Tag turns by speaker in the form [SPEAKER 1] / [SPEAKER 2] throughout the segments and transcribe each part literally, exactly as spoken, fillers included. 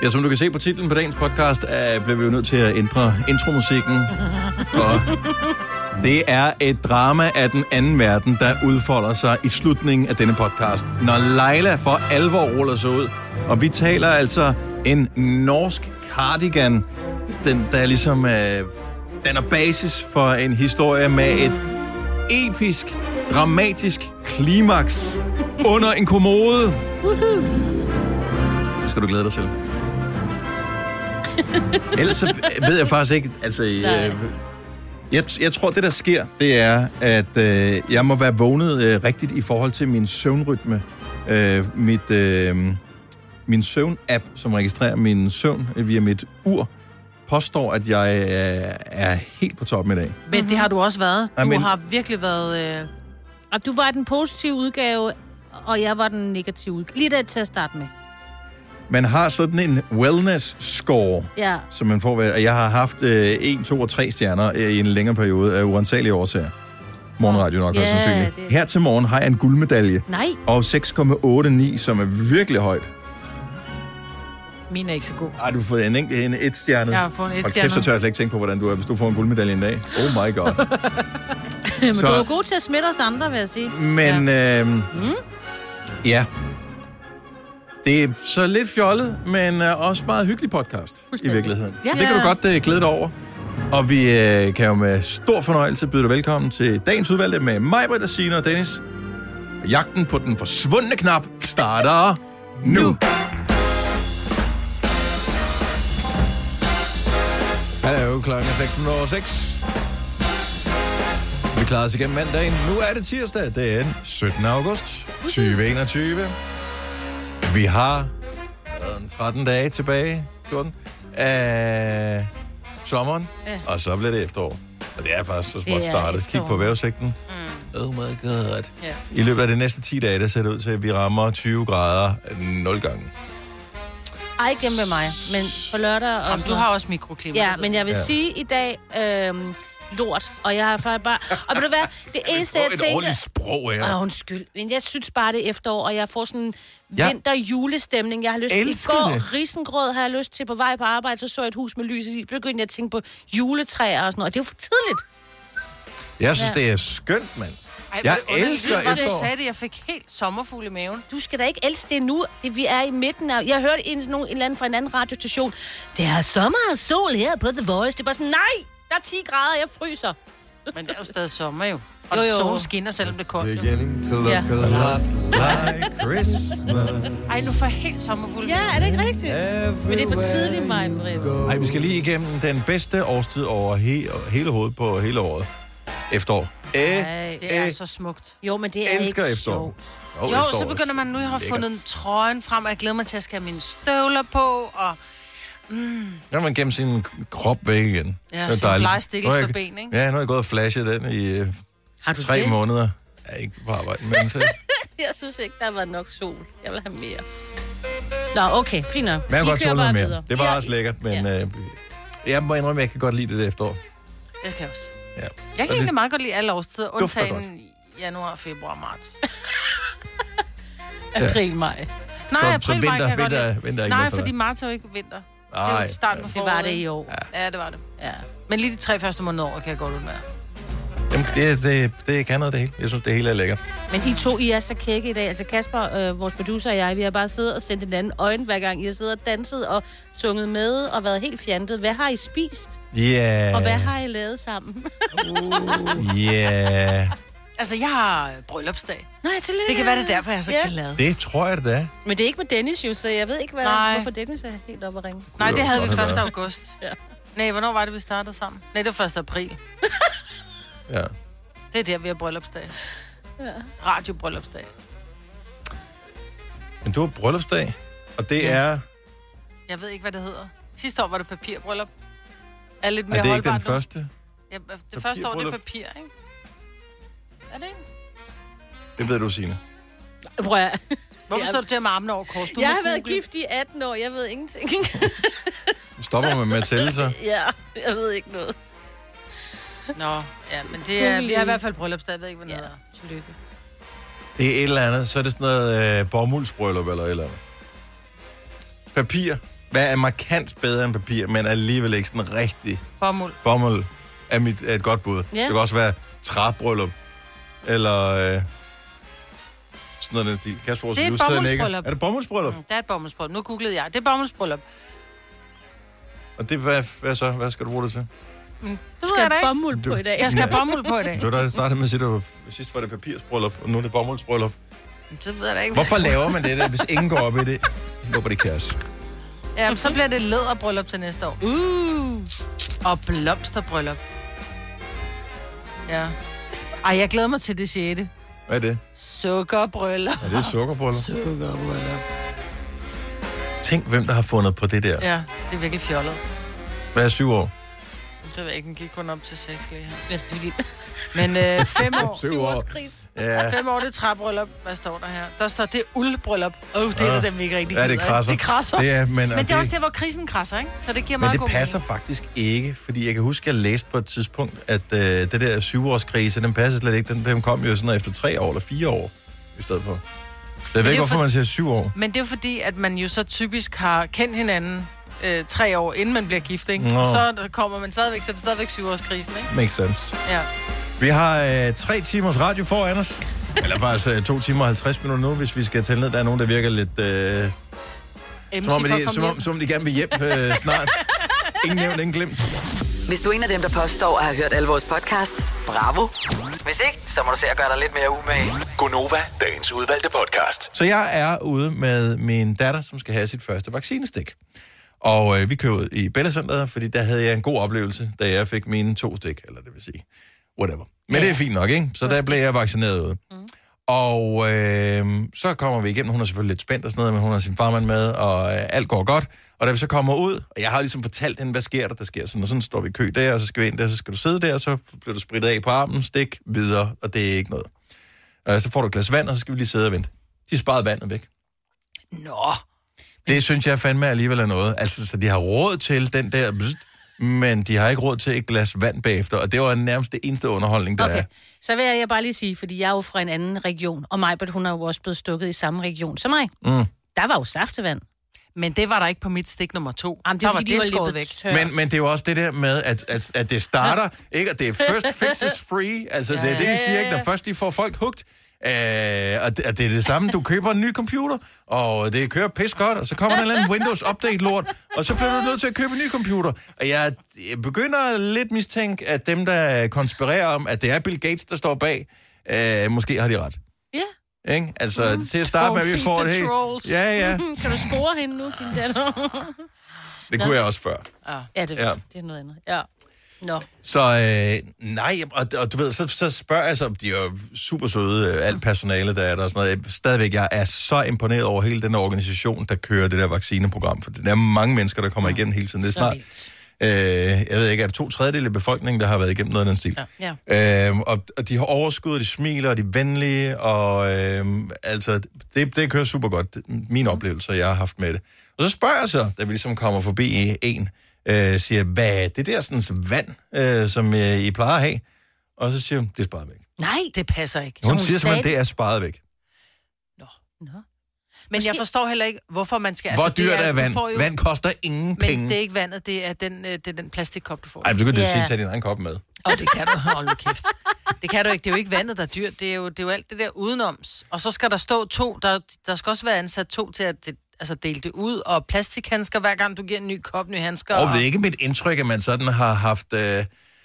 [SPEAKER 1] Ja, som du kan se på titlen på dagens podcast, uh, bliver vi jo nødt til at ændre intromusikken. Og det er et drama af den anden verden, der udfolder sig i slutningen af denne podcast. Når Laila for alvor ruller sig ud, og vi taler altså en norsk cardigan, den, der ligesom uh, danner basis for en historie med et episk, dramatisk klimaks under en kommode. Det skal du glæde dig til. Ellers så ved jeg faktisk ikke, altså... Øh, jeg, jeg tror, det der sker, det er, at øh, jeg må være vågnet øh, rigtigt i forhold til min søvnrytme. Øh, mit, øh, min søvn-app, som registrerer min søvn via mit ur, påstår, at jeg øh, er helt på toppen i dag.
[SPEAKER 2] Men det har du også været. Du
[SPEAKER 1] ja, men... har
[SPEAKER 2] virkelig været... Øh... Og du var den positive udgave, og jeg var den negative udgave. Lige det til at starte med.
[SPEAKER 1] Man har sådan en wellness score,
[SPEAKER 2] ja.
[SPEAKER 1] som man får, og jeg har haft øh, en, to og tre stjerner øh, i en længere periode af uansagelige årsager. Morgenradio nok, yeah, også sandsynligt. Det... Her til morgen har jeg en guldmedalje.
[SPEAKER 2] Nej.
[SPEAKER 1] Og seks komma otte ni, som er virkelig højt.
[SPEAKER 2] Min er ikke så god.
[SPEAKER 1] Har du fået en, en et stjerne?
[SPEAKER 2] Jeg har fået en et stjerne.
[SPEAKER 1] Og kæft, så tør jeg slet ikke tænke på, hvordan du er, hvis du får en guldmedalje en dag. Oh my god.
[SPEAKER 2] Men så... du er god til at smitte os andre, vil jeg sige.
[SPEAKER 1] Men, ja. Øh, mm? ja... Det er så lidt fjollet, men uh, også meget hyggelig podcast i virkeligheden. Ja. Det kan du godt uh, glæde dig over. Og vi uh, kan jo med stor fornøjelse byde dig velkommen til dagens udvalgte med mig, Britta, Signe og Dennis. Jagten på den forsvundne knap starter nu. nu. Hallo, klokken er seks minutter over seks. Vi klarer os igennem mandagen. Nu er det tirsdag, det er den syttende august tyve enogtyve. Vi har tretten dage tilbage, fjorten, af sommeren, ja. Og så bliver det efterår. Og det er faktisk så småt startet. Kig på vejrudsigten. Mm. Oh my god. Ja. I løbet af de næste ti dage, der ser det ud til, at vi rammer tyve grader nul gange.
[SPEAKER 2] Ej, ikke med mig, men på lørdag... Og
[SPEAKER 3] Jamen, du har også mikroklima.
[SPEAKER 2] Ja, men jeg vil ja. sige i dag... Øh, lort, og jeg har faktisk bare... Og ved du hvad, det eneste, jeg tænkte...
[SPEAKER 1] Et ordentligt sprog, ja.
[SPEAKER 2] Åh, undskyld. Men jeg synes bare, det er efterår, og jeg får sådan en
[SPEAKER 1] ja.
[SPEAKER 2] vinter-julestemning. Jeg har lyst til... I går,
[SPEAKER 1] det.
[SPEAKER 2] risengrød har jeg lyst til på vej på arbejde, så så jeg et hus med lys i. Begyndte jeg at tænke på juletræer og sådan noget. Det er jo for tidligt.
[SPEAKER 1] Jeg synes, ja. det er skønt, mand.
[SPEAKER 3] Ej,
[SPEAKER 1] jeg
[SPEAKER 3] det,
[SPEAKER 1] elsker
[SPEAKER 3] efterår.
[SPEAKER 1] efterår.
[SPEAKER 3] Jeg sagde det, jeg fik helt sommerfugl i maven.
[SPEAKER 2] Du skal da ikke elske det nu. Det, vi er i midten af... Jeg hørte en, en eller anden fra en anden radiostation. Det er sommer og sol her på The Voice. Det er bare sådan, nej! Der er ti grader, jeg fryser.
[SPEAKER 3] Men det er jo stadig sommer jo. Og
[SPEAKER 2] jo, jo.
[SPEAKER 3] solen skinner, selvom det er koldt.
[SPEAKER 1] Ja.
[SPEAKER 3] Ej, nu får jeg helt sommerfuld.
[SPEAKER 2] Ja, er det ikke rigtigt? Men det er for tidligt, mig, Britt.
[SPEAKER 1] Ej, vi skal lige igennem den bedste årstid over he- hele hovedet på hele året. Efterår.
[SPEAKER 3] Æ, det er så smukt.
[SPEAKER 2] Jo, men det er
[SPEAKER 1] elsker
[SPEAKER 2] ikke
[SPEAKER 1] efterår.
[SPEAKER 2] sjovt.
[SPEAKER 3] Jo, jo så begynder man nu, jeg har fundet en trøjen frem, og jeg glæder mig til at skal have mine støvler på, og... Mm.
[SPEAKER 1] Nu har man gennem sin krop væk igen.
[SPEAKER 3] Ja, så plejer stikkels på ben, ikke?
[SPEAKER 1] Ja, nu har jeg gået og flashet den i uh, tre det? måneder. Jeg er ikke på arbejde, men så...
[SPEAKER 2] Jeg synes ikke, der var nok sol. Jeg vil have mere. Nå, okay, fint nok.
[SPEAKER 1] Men jeg kan godt tåle noget mere.
[SPEAKER 2] Videre.
[SPEAKER 1] Det var
[SPEAKER 2] ja.
[SPEAKER 1] også lækkert, men
[SPEAKER 2] ja.
[SPEAKER 1] uh, jeg må indrømme, at jeg kan godt lide det efterår.
[SPEAKER 3] Jeg kan også.
[SPEAKER 1] Ja.
[SPEAKER 3] Jeg kan egentlig meget godt lide alle årstider, undtagen januar, februar, marts.
[SPEAKER 2] April, maj.
[SPEAKER 3] Nej,
[SPEAKER 1] så,
[SPEAKER 3] april,
[SPEAKER 1] så vinter,
[SPEAKER 3] maj kan jeg
[SPEAKER 1] vinter,
[SPEAKER 3] godt lide.
[SPEAKER 1] vinter
[SPEAKER 3] Nej, fordi marts er jo ikke vinter. Det er jo starten på foråret.
[SPEAKER 2] Det var det i år.
[SPEAKER 3] Ja, ja det var det. Ja. Men lige de tre første måneder år kan jeg godt undvære.
[SPEAKER 1] Jamen, det, det, det kan noget det hele. Jeg synes, det hele er lækkert.
[SPEAKER 2] Men I to, I er så kække i dag. Altså Kasper, øh, vores producer og jeg, vi har bare siddet og sendt en anden øjne hver gang. I har siddet og danset og sunget med og været helt fjantet. Hvad har I spist?
[SPEAKER 1] Ja. Yeah.
[SPEAKER 2] Og hvad har I lavet sammen?
[SPEAKER 1] uh, yeah.
[SPEAKER 3] Altså, jeg har bryllupsdag.
[SPEAKER 2] Nej, tillykke.
[SPEAKER 3] Det kan være det derfor, jeg er så
[SPEAKER 2] ja.
[SPEAKER 3] glad.
[SPEAKER 1] Det tror jeg, det er.
[SPEAKER 2] Men det er ikke med Dennis jo, så jeg ved ikke, hvad, hvorfor Dennis er helt oppe at ringe.
[SPEAKER 3] Nej, det havde vi første august.
[SPEAKER 2] Ja.
[SPEAKER 3] Nej, hvornår var det, vi startede sammen? Nej, det var første april.
[SPEAKER 1] Ja.
[SPEAKER 3] Det er der, vi har bryllupsdag. Ja. Radio-bryllupsdag.
[SPEAKER 1] Men du har bryllupsdag, og det ja. er...
[SPEAKER 3] Jeg ved ikke, hvad det hedder. Sidste år var det papirbryllup. Er lidt mere
[SPEAKER 1] er det
[SPEAKER 3] holdbart
[SPEAKER 1] ikke den
[SPEAKER 3] nu.
[SPEAKER 1] første?
[SPEAKER 3] Ja, det første år, det er papir, ikke? Er det ikke?
[SPEAKER 1] Det ved du, Signe.
[SPEAKER 2] Prøv at...
[SPEAKER 3] Hvorfor så du der med armene over kors? Du
[SPEAKER 2] jeg har været gift i atten år, jeg ved ingenting.
[SPEAKER 1] Stopper man med at tælle sig?
[SPEAKER 2] Ja, jeg ved ikke noget.
[SPEAKER 3] Nå, ja, men det er, vi har i hvert fald bryllupsdag, jeg ved ikke, hvad det
[SPEAKER 2] ja.
[SPEAKER 3] hedder. Tillykke.
[SPEAKER 1] Det er et eller andet, så er det sådan noget øh, bomuldsbryllup eller et eller andet. Papir. Hvad er markant bedre end papir, men alligevel ikke sådan rigtig...
[SPEAKER 3] Bomuld.
[SPEAKER 1] Bomuld er, mit, er et godt bud.
[SPEAKER 2] Ja.
[SPEAKER 1] Det kan også være træbryllup, eller... Øh, sådan noget den stil. Kasper,
[SPEAKER 3] det er et bomuldsbryllup.
[SPEAKER 1] Er det bomuldsbryllup?
[SPEAKER 3] Mm, det er et bomuldsbryllup. Nu googlede jeg. Det er bomuldsbryllup.
[SPEAKER 1] Og det, hvad, hvad så? Hvad skal du bruge det til?
[SPEAKER 3] Mm, det
[SPEAKER 2] Du
[SPEAKER 3] ved
[SPEAKER 2] skal
[SPEAKER 3] jeg da
[SPEAKER 2] have
[SPEAKER 3] ikke.
[SPEAKER 2] bomuld på i dag.
[SPEAKER 3] Jeg skal have bomuld på i dag.
[SPEAKER 1] Det var da jeg startede med at sige, at sidst var det papirsbryllup, og nu er det bomuldsbryllup.
[SPEAKER 3] Det ved jeg da ikke.
[SPEAKER 1] Hvorfor laver man det der, hvis ingen går op i det? Nobody cares.
[SPEAKER 3] Jamen, så bliver det læderbryllup til næste år.
[SPEAKER 2] Uh.
[SPEAKER 3] Og blomsterbryllup. Ja. Ej, jeg glæder mig til det sjette.
[SPEAKER 1] Hvad er det?
[SPEAKER 3] Sukkerbryllup.
[SPEAKER 1] Er det sukkerbryllup?
[SPEAKER 3] Sukkerbryllup.
[SPEAKER 1] Tænk, hvem der har fundet på det der.
[SPEAKER 3] Ja, det er virkelig fjollet.
[SPEAKER 1] Hvad er syv år?
[SPEAKER 3] Det ved jeg ikke, den gik kun op til seks lige her.
[SPEAKER 2] Ja, det er fordi...
[SPEAKER 3] Men øh, fem år.
[SPEAKER 1] Syv år. Ja.
[SPEAKER 3] Fem år, det er træbryllup. Hvad står der her? Der står, det er uldbryllup. Åh, oh, det er
[SPEAKER 1] Ja.
[SPEAKER 3] det, dem vi ikke rigtig
[SPEAKER 1] Ja, det
[SPEAKER 3] gider, ikke?
[SPEAKER 1] krasser.
[SPEAKER 3] Det krasser.
[SPEAKER 1] Det er, men,
[SPEAKER 3] Men det
[SPEAKER 1] det
[SPEAKER 3] er også der, hvor krisen krasser, ikke? Så det giver
[SPEAKER 1] Men
[SPEAKER 3] meget
[SPEAKER 1] det
[SPEAKER 3] god
[SPEAKER 1] passer
[SPEAKER 3] mening.
[SPEAKER 1] faktisk ikke, fordi jeg kan huske, at jeg læste på et tidspunkt, at øh, det der syvårskrise, den passer slet ikke. Den, den kom jo sådan efter tre år eller fire år i stedet for. Så jeg ved ikke, hvorfor
[SPEAKER 3] for...
[SPEAKER 1] man siger syv år.
[SPEAKER 3] Men det er jo fordi, at man jo så typisk har kendt hinanden øh, tre år, inden man bliver gift, ikke?
[SPEAKER 1] Nå.
[SPEAKER 3] Og så kommer man stadigvæk, så er det stadigvæk syvårskrisen, ikke?
[SPEAKER 1] Makes sense.
[SPEAKER 3] Ja.
[SPEAKER 1] Vi har øh, tre timers radio foran os. Eller faktisk øh, to timer og halvtreds minutter nu, hvis vi skal tælle ned. Der er nogen, der virker lidt... Øh, som, om, de, som, om, som om de gerne vil hjem øh, snart. Ingen nævnt, ingen glemt.
[SPEAKER 4] Hvis du er en af dem, der påstår at have hørt alle vores podcasts, bravo. Hvis ikke, så må du se at gøre dig lidt mere umage.
[SPEAKER 5] Gonova, dagens udvalgte podcast.
[SPEAKER 1] Så jeg er ude med min datter, som skal have sit første vaccinestik. Og øh, vi kører ud i Bella Center, fordi der havde jeg en god oplevelse, da jeg fik mine to stik, eller det vil sige, whatever. Men ja, det er fint nok, ikke? Så der blev jeg vaccineret ud. Mm. Og øh, så kommer vi igennem, hun er selvfølgelig lidt spændt og sådan noget, men hun har sin farmand med, og øh, alt går godt. Og da vi så kommer ud, og jeg har ligesom fortalt hende, hvad sker der, der sker sådan, og sådan står vi i kø der, og så skal vi ind der, så skal du sidde der, og så bliver du spritet af på armen, stik videre, og det er ikke noget. Øh, så får du et glas vand, og så skal vi lige sidde og vente. De sparede vandet væk.
[SPEAKER 3] Nå.
[SPEAKER 1] Det synes jeg fandme alligevel er noget. Altså, så de har råd til den der, bzzt, men de har ikke råd til et glas vand bagefter, og det var nærmest det eneste underholdning, der
[SPEAKER 2] Okay,
[SPEAKER 1] er.
[SPEAKER 2] så vil jeg bare lige sige, fordi jeg er jo fra en anden region, og Majbert, hun er jo også blevet stukket i samme region som mig.
[SPEAKER 1] Mm.
[SPEAKER 2] Der var jo saftevand.
[SPEAKER 3] Men det var der ikke på mit stik nummer to.
[SPEAKER 2] Jamen, det
[SPEAKER 3] der
[SPEAKER 2] er
[SPEAKER 3] var
[SPEAKER 2] fordi, de var
[SPEAKER 3] det
[SPEAKER 2] lige
[SPEAKER 3] skåret
[SPEAKER 2] blevet
[SPEAKER 3] væk.
[SPEAKER 2] tør.
[SPEAKER 1] Men, men det er jo også det der med, at, at, at det starter, ikke? At det er first fix is free. Altså, det er det, de siger, ikke? Når først de får folk hugt. Øh, og, det, og det er det samme. Du køber en ny computer, og det kører pis godt, og så kommer der en eller anden Windows Update-lort, og så bliver du nødt til at købe en ny computer. Og jeg, jeg begynder lidt mistænke, at dem, der konspirerer om, at det er Bill Gates, der står bag, øh, måske har de ret.
[SPEAKER 2] Ja.
[SPEAKER 1] Ikke? Altså, til at starte med, at vi får det helt... Ja, ja.
[SPEAKER 2] Kan du spore hende nu, din datter?
[SPEAKER 1] Det kunne jeg også før.
[SPEAKER 2] Ja, det,
[SPEAKER 1] Ja.
[SPEAKER 2] det er noget andet. Ja. Nå.
[SPEAKER 1] Så øh, nej, og, og du ved, så, så spørger jeg så, de er jo super søde, øh, alt personale, der er der og sådan noget. Stadigvæk, jeg er så imponeret over hele den organisation, der kører det der vaccineprogram, for der er mange mennesker, der kommer igennem hele tiden. Det er snart, øh, jeg ved ikke, er det to tredjedele af befolkningen, der har været igennem noget af den stil.
[SPEAKER 2] Ja.
[SPEAKER 1] Ja. Øh, og, og de har overskud, og de smiler, og de er venlige, og øh, altså, det, det kører super godt. Min oplevelse, jeg har haft med det. Og så spørger jeg så, da vi ligesom kommer forbi en, Øh, siger, hvad er det der sådan vand, øh, som øh, I plejer at have? Og så siger hun, det er sparet væk.
[SPEAKER 2] Nej,
[SPEAKER 3] Det passer ikke.
[SPEAKER 1] Hun,
[SPEAKER 2] hun
[SPEAKER 1] hun siger
[SPEAKER 2] sagde
[SPEAKER 1] simpelthen, det er sparet væk.
[SPEAKER 3] Nå.
[SPEAKER 2] Nå.
[SPEAKER 3] Men
[SPEAKER 2] Måske-
[SPEAKER 3] jeg forstår heller ikke, hvorfor man skal...
[SPEAKER 1] Hvor
[SPEAKER 3] altså,
[SPEAKER 1] dyrt
[SPEAKER 3] det
[SPEAKER 1] er
[SPEAKER 3] du
[SPEAKER 1] vand?
[SPEAKER 3] får Jo...
[SPEAKER 1] Vand koster ingen
[SPEAKER 3] Men
[SPEAKER 1] penge.
[SPEAKER 3] det er ikke vandet, det er den, øh, det er den plastikkop, du får.
[SPEAKER 1] Ej, du kan
[SPEAKER 2] Ja.
[SPEAKER 1] yeah. sige, tag din egen kop med.
[SPEAKER 3] Og det kan du. Hold nu kæft. Det kan du ikke. Det er jo ikke vandet, der er dyrt. Det er jo, det er jo alt det der udenoms. Og så skal der stå to. Der, der skal også være ansat to til at det, altså dele det ud. Og plastikhandsker, hver gang du giver en ny kop, nye handsker.
[SPEAKER 1] Og det er ikke mit indtryk, at man sådan har haft øh,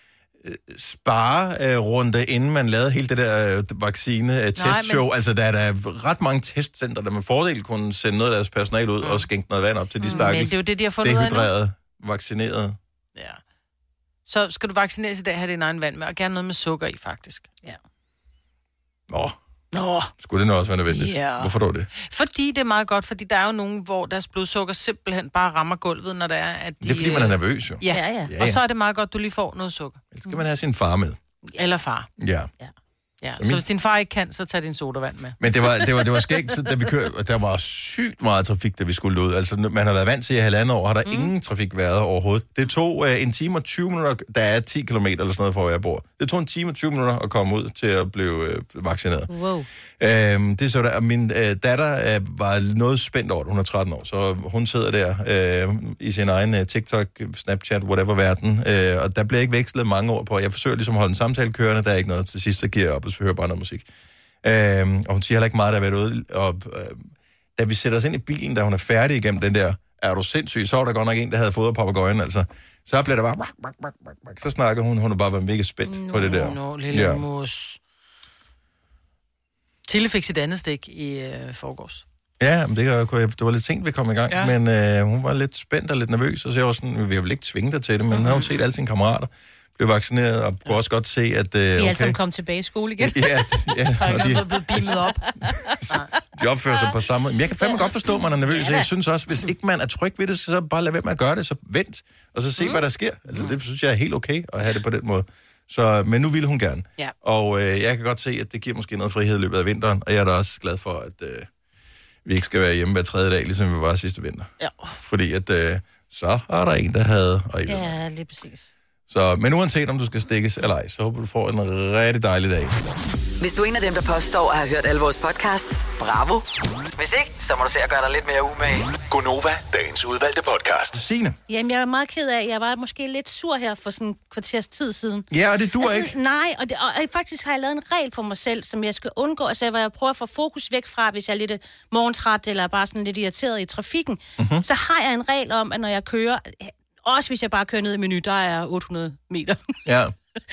[SPEAKER 1] sparerunde, øh, inden man lavede hele det der øh, vaccine-testshow. Men... Altså, der er der ret mange testcenter, der med fordel kunne sende noget af deres personale ud mm. og skænke noget vand op til de
[SPEAKER 3] Men
[SPEAKER 1] stakkels
[SPEAKER 3] det er jo det, de har fundet ud af nu.
[SPEAKER 1] dehydrerede, vaccinerede.
[SPEAKER 3] Ja. Så skal du vaccineres i dag, have din egen vand med, og gerne noget med sukker i, faktisk.
[SPEAKER 2] Ja.
[SPEAKER 1] Nå,
[SPEAKER 3] Nå.
[SPEAKER 1] skulle det nu også være nødvendigt?
[SPEAKER 3] Ja.
[SPEAKER 1] Hvorfor dog det?
[SPEAKER 3] Fordi det er meget godt, fordi der er jo nogen, hvor deres blodsukker simpelthen bare rammer gulvet, når det er, at de...
[SPEAKER 1] Det er, fordi man er nervøs, jo.
[SPEAKER 3] Ja,
[SPEAKER 2] Ja, ja.
[SPEAKER 3] ja. Og så er det meget godt, du lige får noget sukker.
[SPEAKER 1] Ellers skal man have sin far med.
[SPEAKER 3] Eller far.
[SPEAKER 1] Ja.
[SPEAKER 2] Ja.
[SPEAKER 3] Ja, så
[SPEAKER 1] min...
[SPEAKER 3] hvis din far ikke kan, så tag din sodavand med.
[SPEAKER 1] Men det var, det var, det var skægt, så da vi kørte, der var sygt meget trafik, da vi skulle ud. Altså, man har været vant til i halvandet år, har der mm. ingen trafik været overhovedet. Det tog uh, en time og tyve minutter, der er ti kilometer eller sådan noget, fra hvor jeg bor. Det tog en time og tyve minutter at komme ud til at blive uh, vaccineret.
[SPEAKER 2] Wow.
[SPEAKER 1] Øhm, det er så der, min uh, datter uh, var noget spændt over det, hun er tretten år, så hun sidder der uh, i sin egen uh, TikTok, Snapchat, whatever-verden, uh, og der bliver ikke vekslet mange ord på. Jeg forsøger ligesom at holde en samtale kørende, der er ikke noget til sidst, så giver jeg op, og så hører bare noget musik. Øhm, og hun siger heller ikke meget, der har været ude. Og øh, da vi sætter os ind i bilen, da hun er færdig igennem den der, er du sindssyg, så var der godt nok en, der havde fået papegøjen, altså. Så bliver der bare, bak, bak, bak, bak, bak. Så snakker hun, hun har bare været mega spændt
[SPEAKER 3] no,
[SPEAKER 1] på det der.
[SPEAKER 3] Nå, lille ja. mus. Tille fik sit andet stik i øh, forgårs.
[SPEAKER 1] Ja, men det, det var lidt sent, vi kom i gang, ja. men øh, hun var lidt spændt og lidt nervøs, og så jeg var sådan, vi har vel ikke tvinge dig til det, men mm-hmm. har hun set alle sine kammerater blev vaccineret, og kunne også godt se, at... Øh,
[SPEAKER 2] de er
[SPEAKER 1] okay.
[SPEAKER 2] alle sammen kommet tilbage i skole igen.
[SPEAKER 1] Ja, ja
[SPEAKER 3] og de er blevet beamet op.
[SPEAKER 1] De opfører sig på samme måde. Men jeg kan fandme godt forstå, at man er nervøs. Jeg synes også, hvis ikke man er tryg ved det, så bare lad være med at gøre det, så vent, og så se, mm. hvad der sker. Altså, det synes jeg er helt okay at have det på den måde. Så, men nu vil hun gerne.
[SPEAKER 3] Ja.
[SPEAKER 1] Og øh, jeg kan godt se, at det giver måske noget frihed i løbet af vinteren, og jeg er da også glad for, at øh, vi ikke skal være hjemme hver tredje dag, ligesom vi var sidste vinter.
[SPEAKER 3] Ja.
[SPEAKER 1] Fordi at øh, så er der en, der havde... Og
[SPEAKER 2] ja, lige præcis.
[SPEAKER 1] Så, men uanset om du skal stikkes eller ej, så håber du får en rigtig dejlig dag.
[SPEAKER 4] Hvis du er en af dem, der påstår at have hørt alle vores podcasts, bravo. Hvis ikke, så må du se at gøre dig lidt mere umage.
[SPEAKER 5] Gonova, dagens udvalgte podcast.
[SPEAKER 1] Signe?
[SPEAKER 2] Jamen, jeg er meget ked af, jeg var måske lidt sur her for sådan en kvarters tid siden.
[SPEAKER 1] Ja, og det duer
[SPEAKER 2] altså,
[SPEAKER 1] ikke.
[SPEAKER 2] Nej, og, det, og faktisk har jeg lavet en regel for mig selv, som jeg skal undgå. Altså, hvor jeg prøver at få fokus væk fra, hvis jeg er lidt morgentræt eller bare sådan lidt irriteret i trafikken. Mm-hmm. Så har jeg en regel om, at når jeg kører... Også hvis jeg bare kører ned i Menu, der er otte hundrede meter.
[SPEAKER 1] Ja.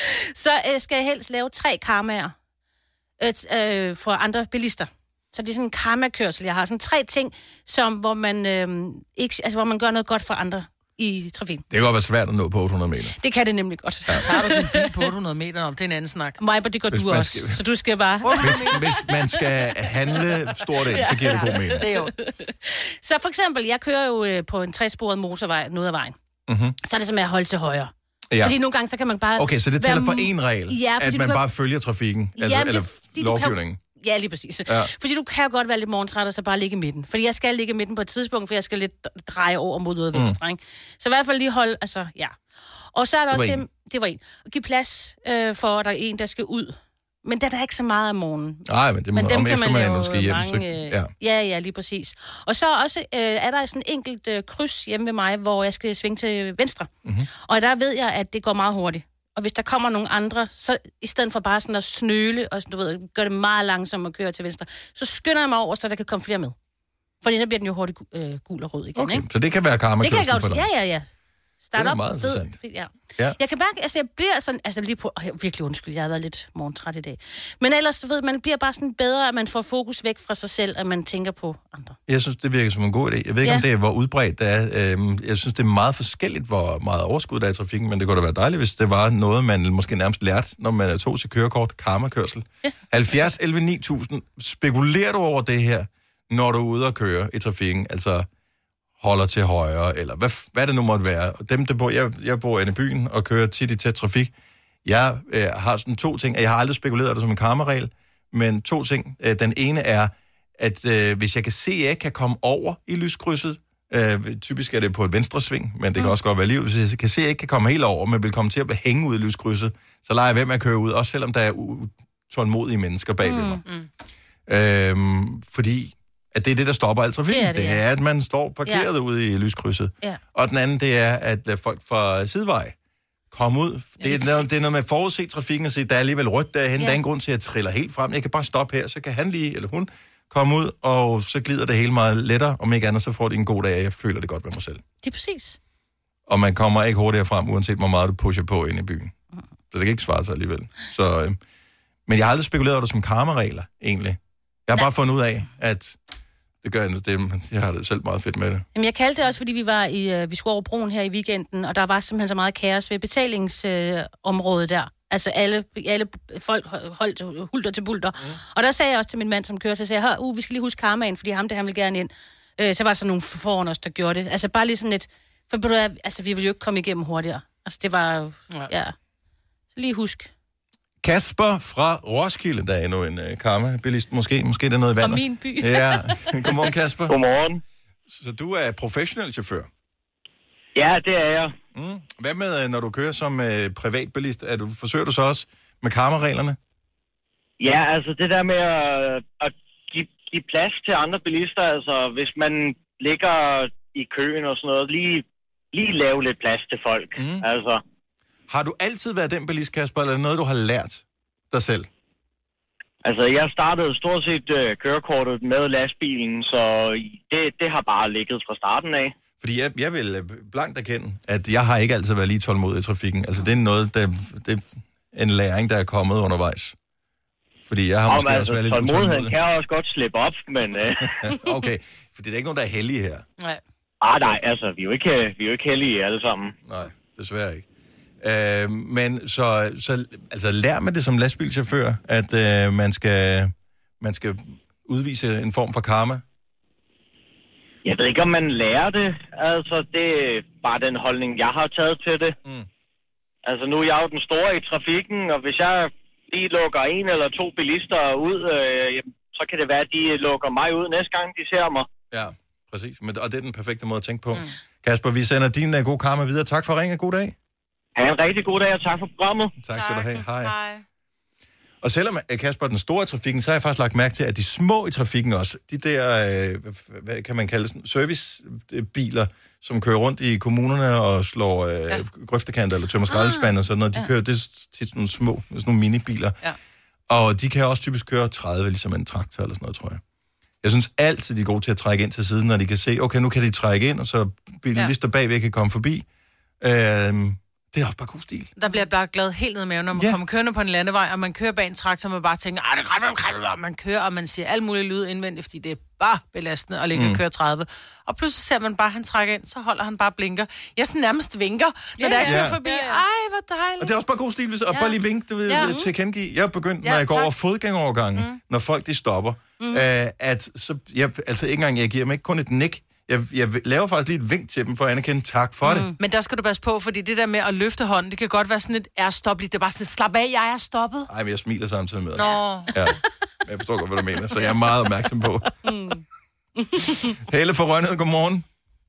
[SPEAKER 2] Så øh, skal jeg helst lave tre karmaer øh, øh, for andre bilister. Så det er sådan en karmakørsel, jeg har. Sådan tre ting, som, hvor, man, øh, ikke, altså, hvor man gør noget godt for andre i trafikken.
[SPEAKER 1] Det kan godt være svært at nå på otte hundrede meter.
[SPEAKER 2] Det kan det nemlig godt.
[SPEAKER 3] Ja. Så har du din bil på otte hundrede meter om, det er en anden snak.
[SPEAKER 2] Majbert, det gør
[SPEAKER 1] hvis
[SPEAKER 2] du også.
[SPEAKER 1] Skal...
[SPEAKER 2] Så du skal bare...
[SPEAKER 1] Hvis, hvis man skal handle stort ind, så giver det god mening.
[SPEAKER 3] Det er jo.
[SPEAKER 2] Så for eksempel, jeg kører jo på en tresporet motorvej ned ad vejen. Mm-hmm. Så er det som at holde til højre. Ja. Fordi nogle gange, så kan man bare...
[SPEAKER 1] Okay, så det tæller for én regel,
[SPEAKER 2] ja,
[SPEAKER 1] at man kan... bare følger trafikken, altså,
[SPEAKER 2] ja,
[SPEAKER 1] eller
[SPEAKER 2] det,
[SPEAKER 1] lovgivningen.
[SPEAKER 2] Kan... Ja, lige præcis.
[SPEAKER 1] Ja.
[SPEAKER 2] Fordi du kan jo godt være lidt morgentræt, og så bare ligge i midten. Fordi jeg skal ligge i midten på et tidspunkt, for jeg skal lidt dreje over mod noget mm. venstre, ikke? Så i hvert fald lige holde, altså, ja. Og så er der
[SPEAKER 1] det
[SPEAKER 2] også
[SPEAKER 1] det,
[SPEAKER 2] en. det var en. At give plads øh, for, at der er en, der skal ud. Men der er der ikke så meget om morgenen.
[SPEAKER 1] Nej, men det må, men dem om eftermiddagen, du skal hjem.
[SPEAKER 2] Mange,
[SPEAKER 1] så, ja.
[SPEAKER 2] ja, ja, lige præcis. Og så også øh, er der sådan en enkelt øh, kryds hjemme ved mig, hvor jeg skal svinge til venstre. Mm-hmm. Og der ved jeg, at det går meget hurtigt. Og hvis der kommer nogle andre, så i stedet for bare sådan at snøle, og du ved, gør det meget langsomt at køre til venstre, så skynder jeg mig over, så der kan komme flere med. Fordi så bliver den jo hurtigt øh, gul og rød igen,
[SPEAKER 1] okay,
[SPEAKER 2] ikke?
[SPEAKER 1] Så det kan være karmakørsel for dig?
[SPEAKER 2] Ja, ja, ja. Start
[SPEAKER 1] det er
[SPEAKER 2] op,
[SPEAKER 1] meget interessant.
[SPEAKER 2] Ved, ja.
[SPEAKER 1] Ja.
[SPEAKER 2] Jeg kan bare, altså jeg bliver sådan, altså lige på, øh, virkelig undskyld, jeg har været lidt morgentræt i dag. Men ellers, du ved, man bliver bare sådan bedre, at man får fokus væk fra sig selv, at man tænker på andre.
[SPEAKER 1] Jeg synes, det virker som en god idé. Jeg ved ikke, ja. om det er, hvor udbredt det er. Øhm, jeg synes, det er meget forskelligt, hvor meget overskud der er i trafikken, men det kunne da være dejligt, hvis det var noget, man måske nærmest lærte, når man tog sit kørekort, karmakørsel. Ja. halvfjerds elleve ni tusind. Spekulerer du over det her, når du er ude og køre i trafikken? Altså... holder til højre, eller hvad, hvad det nu måtte være. Dem, der bor, jeg, jeg bor inde i byen og kører tit i tæt trafik. Jeg øh, har sådan to ting, og jeg har aldrig spekuleret det som en karmaregel, men to ting. Øh, den ene er, at øh, hvis jeg kan se, at jeg ikke kan komme over i lyskrydset, øh, typisk er det på et venstre sving, men det kan mm. også godt være liv. Hvis jeg kan se, at jeg ikke kan komme helt over, men vil komme til at hænge ud i lyskrydset, så lader jeg ved med at køre ud, også selvom der er utålmodige mennesker bagved mig. Mm. Øhm, fordi at det er det, der stopper al trafikken. Det er, det, det er at man står parkeret ja. ude i lyskrydset. Ja. Og den anden, det er, at lade folk fra sidevej komme ud. Det, ja, det, er noget, det er noget med at forudse trafikken og sige, der er alligevel rødt derhen. Ja. Der er ingen grund til, at jeg triller helt frem. Jeg kan bare stoppe her, så kan han lige, eller hun, komme ud, og så glider det hele meget lettere. Om ikke andet, så får de en god dag, og jeg føler det godt med mig selv.
[SPEAKER 2] Det er præcis.
[SPEAKER 1] Og man kommer ikke hurtigere frem, uanset hvor meget du pusher på ind i byen. Mm. Så det kan ikke svare sig alligevel. Så, øh, men jeg har aldrig spekuleret over det som karmaregler, egentlig. Jeg har Nej. bare fundet ud af, at det gør jeg nu, det, jeg har det selv meget fedt med det.
[SPEAKER 2] Jamen, jeg kaldte det også, fordi vi var i, uh, vi skulle over broen her i weekenden, og der var simpelthen så meget kaos ved betalingsområdet uh, der. Altså alle, alle folk holdt hulter til bulter. Mm. Og der sagde jeg også til min mand, som kører, så sagde jeg, uh, vi skal lige huske karmaen, fordi ham der, han vil gerne ind. Uh, så var der så nogle foran os, der gjorde det. Altså bare lige sådan et, for altså vi ville jo ikke komme igennem hurtigere. Altså det var jo, ja. ja. Så lige husk.
[SPEAKER 1] Kasper fra Roskilde, der er endnu en uh, karma-bilist. Måske, måske det er noget i vandet.
[SPEAKER 2] Fra min by.
[SPEAKER 1] Ja. Godmorgen, Kasper.
[SPEAKER 6] Godmorgen.
[SPEAKER 1] Så du er professionel chauffør?
[SPEAKER 6] Ja, det er jeg.
[SPEAKER 1] Mm. Hvad med, når du kører som uh, privatbilist? Er du, forsøger du så også med karma-reglerne?
[SPEAKER 6] Ja, altså det der med at, at give, give plads til andre bilister, altså hvis man ligger i køen og sådan noget, lige, lige lave lidt plads til folk. Mm. Altså.
[SPEAKER 1] Har du altid været den bilist, Kasper, eller er det noget, du har lært dig selv?
[SPEAKER 6] Altså, jeg startede stort set øh, kørekortet med lastbilen, så det, det har bare ligget fra starten af.
[SPEAKER 1] Fordi jeg, jeg vil blankt erkende, at jeg har ikke altid været lige tålmodig i trafikken. Altså, det er noget, der, det er en læring, der er kommet undervejs. Fordi jeg har
[SPEAKER 6] Om,
[SPEAKER 1] måske
[SPEAKER 6] altså,
[SPEAKER 1] også været lidt
[SPEAKER 6] tålmodigheden
[SPEAKER 1] utålmodig.
[SPEAKER 6] kan også godt slippe op, men... Øh...
[SPEAKER 1] Okay, fordi det er ikke nogen, der er heldige her.
[SPEAKER 3] Nej.
[SPEAKER 6] Ah, nej, altså, vi er jo ikke, vi er jo ikke heldige alle sammen.
[SPEAKER 1] Nej, desværre ikke. Øh, men så, så altså, lær med det som lastbilchauffør, at øh, man, skal, man skal udvise en form for karma.
[SPEAKER 6] Jeg ved ikke, om man lærer det. Altså, det er bare den holdning, jeg har taget til det. Mm. Altså, nu er jeg jo den store i trafikken, og hvis jeg lige lukker en eller to bilister ud, øh, så kan det være, at de lukker mig ud næste gang, de ser mig.
[SPEAKER 1] Ja, præcis. Men, og det er den perfekte måde at tænke på. Mm. Kasper, vi sender din uh, god karma videre. Tak for at ringe. God dag.
[SPEAKER 6] Ha' en rigtig god dag, og tak for programmet.
[SPEAKER 1] Tak, tak skal du have. Hej.
[SPEAKER 3] Hej.
[SPEAKER 1] Og selvom Kasper er den store i trafikken, så har jeg faktisk lagt mærke til, at de små i trafikken også, de der, øh, hvad kan man kalde det, servicebiler, som kører rundt i kommunerne og slår øh, ja. grøftekanter eller tømmer skraldespande og sådan noget, de ja. kører, det er tit sådan nogle små, sådan nogle minibiler. Ja. Og de kan også typisk køre tredive, ligesom en traktor eller sådan noget, tror jeg. Jeg synes altid, de er gode til at trække ind til siden, når de kan se, okay, nu kan de trække ind, og så bilister ja. bagved kan komme forbi. Øh, Det er også bare god stil.
[SPEAKER 3] Der bliver jeg bare glad helt ned i maven, når man ja. kommer kørende på en landevej, og man kører bag en traktor, og man bare tænker, ah, det er ret, man kører, og man siger alt muligt lyd indvendigt, fordi det er bare belastende at ligge mm. og køre tredive. Og pludselig ser man bare, at han trækker ind, så holder han bare blinker. Jeg sådan nærmest vinker, når yeah. der kører yeah. forbi. Ej, hvor dejligt.
[SPEAKER 1] Og det er også bare god stil, hvis at ja. bare lige vinke, du ved, ja. til at kendegive. Jeg er begyndt, når ja, jeg går tak. over fodgængerovergangen, mm. når folk de stopper, mm. øh, at så, jeg, altså ikke engang, jeg giver dem ikke kun et nik. Jeg, jeg laver faktisk lige et vink til dem for at anerkende tak for mm. det.
[SPEAKER 3] Men der skal du passe på, fordi det der med at løfte hånden, det kan godt være sådan et er-stopligt. Det er bare sådan, slap af, jeg er stoppet.
[SPEAKER 1] Nej, men jeg smiler samtidig med.
[SPEAKER 3] Nå.
[SPEAKER 1] Ja, jeg forstår godt, hvad du mener, så jeg er meget opmærksom på. Mm. Helle fra Rønnede, godmorgen.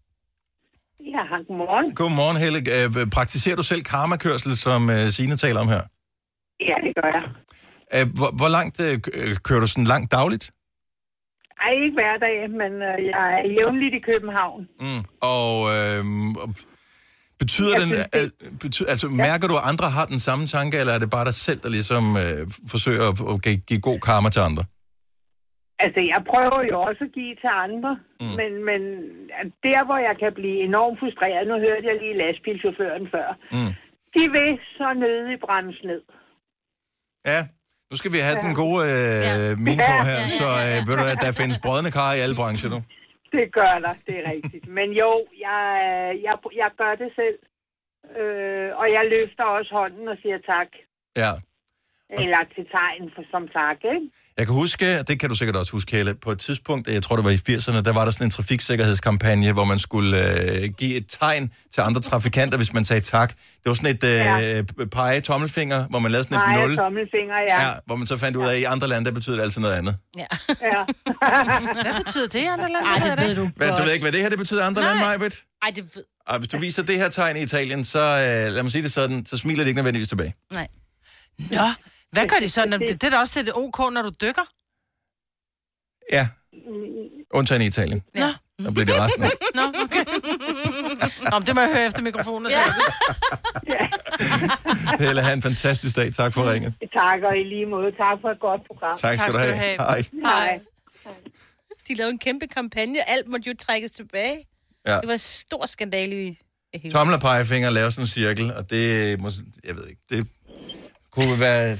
[SPEAKER 7] Ja, godmorgen.
[SPEAKER 1] Godmorgen, Helle. Praktiserer du selv karmakørsel, som Signe taler om her?
[SPEAKER 7] Ja, det gør jeg.
[SPEAKER 1] Hvor, hvor langt kører du sådan langt dagligt?
[SPEAKER 7] Ej, ikke hver dag, men øh, jeg er jævnligt i København.
[SPEAKER 1] Mm. Og øh, betyder den, al, betyder, altså ja. mærker du, at andre har den samme tanke, eller er det bare dig selv, der ligesom øh, forsøger at, at give, give god karma til andre?
[SPEAKER 7] Altså, jeg prøver jo også at give til andre, mm. men, men der, hvor jeg kan blive enormt frustreret, nu hørte jeg lige lastbilchaufføren før, mm. de vil så nødig bremse ned.
[SPEAKER 1] Ja. Nu skal vi have ja. den gode øh, ja. mine på her, ja, ja, ja, ja. så øh, ved du, at der findes brødne kar i alle brancher nu.
[SPEAKER 7] Det gør der, det er rigtigt. Men jo, jeg, jeg, jeg gør det selv, øh, og jeg løfter også hånden og siger tak.
[SPEAKER 1] Ja.
[SPEAKER 7] Eller til tegn for, som tak, ikke?
[SPEAKER 1] Jeg kan huske, og det kan du sikkert også huske, Helle, på et tidspunkt, jeg tror det var i firserne, der var der sådan en trafiksikkerhedskampagne, hvor man skulle øh, give et tegn til andre trafikanter, hvis man sagde tak. Det var sådan et øh, ja. pege tommelfinger, hvor man lavede sådan et
[SPEAKER 7] pege
[SPEAKER 1] nul.
[SPEAKER 7] tommelfinger, ja.
[SPEAKER 1] ja. Hvor man så fandt ud af, at i andre lande, der betyder det altså noget andet.
[SPEAKER 2] Ja.
[SPEAKER 7] ja.
[SPEAKER 3] Hvad betyder det i andre lande?
[SPEAKER 2] Ej, det ved du
[SPEAKER 1] Men du ved ikke, hvad det her det betyder i andre Nej. lande, Majbet?
[SPEAKER 2] Ej, det ved...
[SPEAKER 1] Og hvis du viser det her tegn i Italien, så øh, lad mig sige det sådan, så smiler det ikke nødvendigvis tilbage.
[SPEAKER 2] Nej.
[SPEAKER 3] Nå, hvad gør de så? Det, det er da også et OK, når du dykker?
[SPEAKER 1] Ja. Undtagen i Italien.
[SPEAKER 3] Ja.
[SPEAKER 1] Der bliver det resten af.
[SPEAKER 3] Nå, okay. Nå, det må jeg høre efter mikrofonen. Ja.
[SPEAKER 1] Helle, have en fantastisk dag. Tak for ringet.
[SPEAKER 7] Tak, og i lige måde. Tak for et godt program.
[SPEAKER 1] Tak skal, tak, skal du have. have. Hej.
[SPEAKER 7] Hej.
[SPEAKER 2] De lavede en kæmpe kampagne. Alt måtte jo trækkes tilbage. Ja. Det var en stor skandale i hele.
[SPEAKER 1] Tommel og pegefinger laver sådan en cirkel, og det må, jeg ved ikke, det kunne være...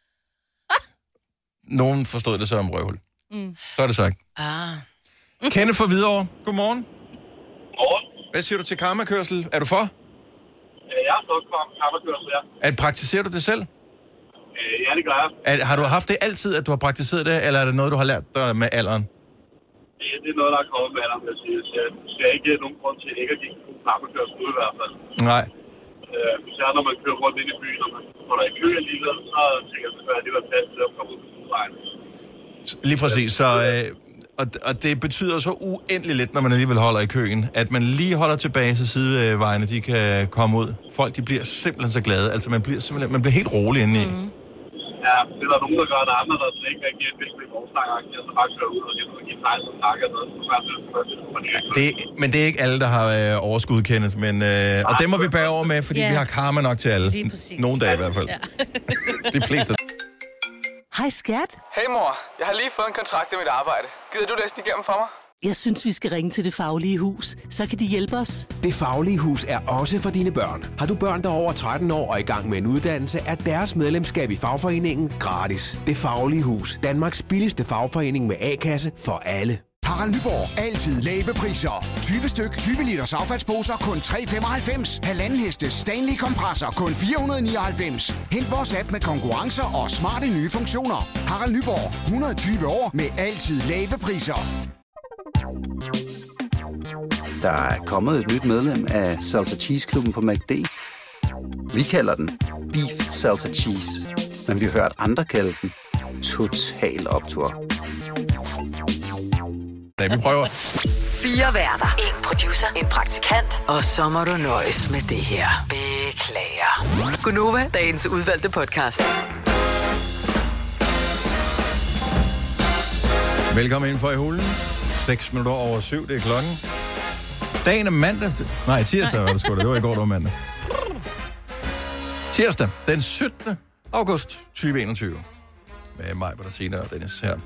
[SPEAKER 1] Nogen forstod det så om røvhul. Mm. Så er det sagt.
[SPEAKER 3] Ah.
[SPEAKER 1] Kenneth fra Hvidovre. Godmorgen.
[SPEAKER 8] Godmorgen.
[SPEAKER 1] Hvad siger du til karmakørsel? Er du for?
[SPEAKER 8] Jeg er også for karmakørsel, ja.
[SPEAKER 1] At praktiserer du det selv?
[SPEAKER 8] Ja, det gør jeg.
[SPEAKER 1] At, har du haft det altid, at du har praktiseret det, eller er det noget, du har lært dig med alderen?
[SPEAKER 8] Det, det er noget, der er kommet med alderen, vil jeg sige. Så jeg skal ikke have nogen grund til ikke at give karmakørsel ud i hvert fald.
[SPEAKER 1] Nej.
[SPEAKER 8] Øh, især når man kører rundt ind i byen, og man får der i kø alligevel, så tænker jeg, at det var plads til at komme ud på vejen.
[SPEAKER 1] Lige præcis, så... Øh, og, og det betyder så uendeligt lidt, når man alligevel holder i køen, at man lige holder tilbage, så sidevejene de kan komme ud. Folk, de bliver simpelthen så glade. Altså, man bliver simpelthen man bliver helt rolig inde i.
[SPEAKER 8] Mm. Ja, det er der nogen, der gør det andre, der ikke rigtig er vildt med vognstangagtigt, og så bare kører ud og giver noget fejl og snakker noget.
[SPEAKER 1] Det, men det er ikke alle, der har øh, overskud, Kenneth, men, øh, og det må vi bære over med, fordi yeah. vi har karma nok til alle. Nogle dage i hvert fald. Ja. De fleste.
[SPEAKER 9] Hej skat.
[SPEAKER 10] Hey mor, jeg har lige fået en kontrakt i mit arbejde. Gider du læse den igennem for mig?
[SPEAKER 9] Jeg synes, vi skal ringe til Det Faglige Hus. Så kan de hjælpe os.
[SPEAKER 11] Det Faglige Hus er også for dine børn. Har du børn, der er over tretten år og i gang med en uddannelse, er deres medlemskab i fagforeningen gratis. Det Faglige Hus. Danmarks billigste fagforening med A-kasse for alle.
[SPEAKER 12] Harald Nyborg. Altid lave priser. tyve styk, tyve liters affaldsposer kun tre komma femoghalvfems. Halvanden heste Stanley kompresser kun fire hundrede nioghalvfems. Hent vores app med konkurrencer og smarte nye funktioner. Harald Nyborg. et hundrede og tyve år med altid lave priser.
[SPEAKER 13] Der er kommet et nyt medlem af Salsa Cheese Klubben på McD. Vi kalder den Beef Salsa Cheese, men vi har hørt andre kalde den Total Optur.
[SPEAKER 1] Nej, vi prøver.
[SPEAKER 4] Fire værter. En producer. En praktikant. Og så må du nøjes med det her. Beklager. Gunova, dagens udvalgte podcast.
[SPEAKER 1] Velkommen ind for i hulen. seks minutter over syv, det er klokken. Dagen er mandag. Nej, tirsdag var det sgu da. Det var i går, det var mandag. Tirsdag, den syttende august tyve enogtyve. Med mig, Bettina og Dennis her.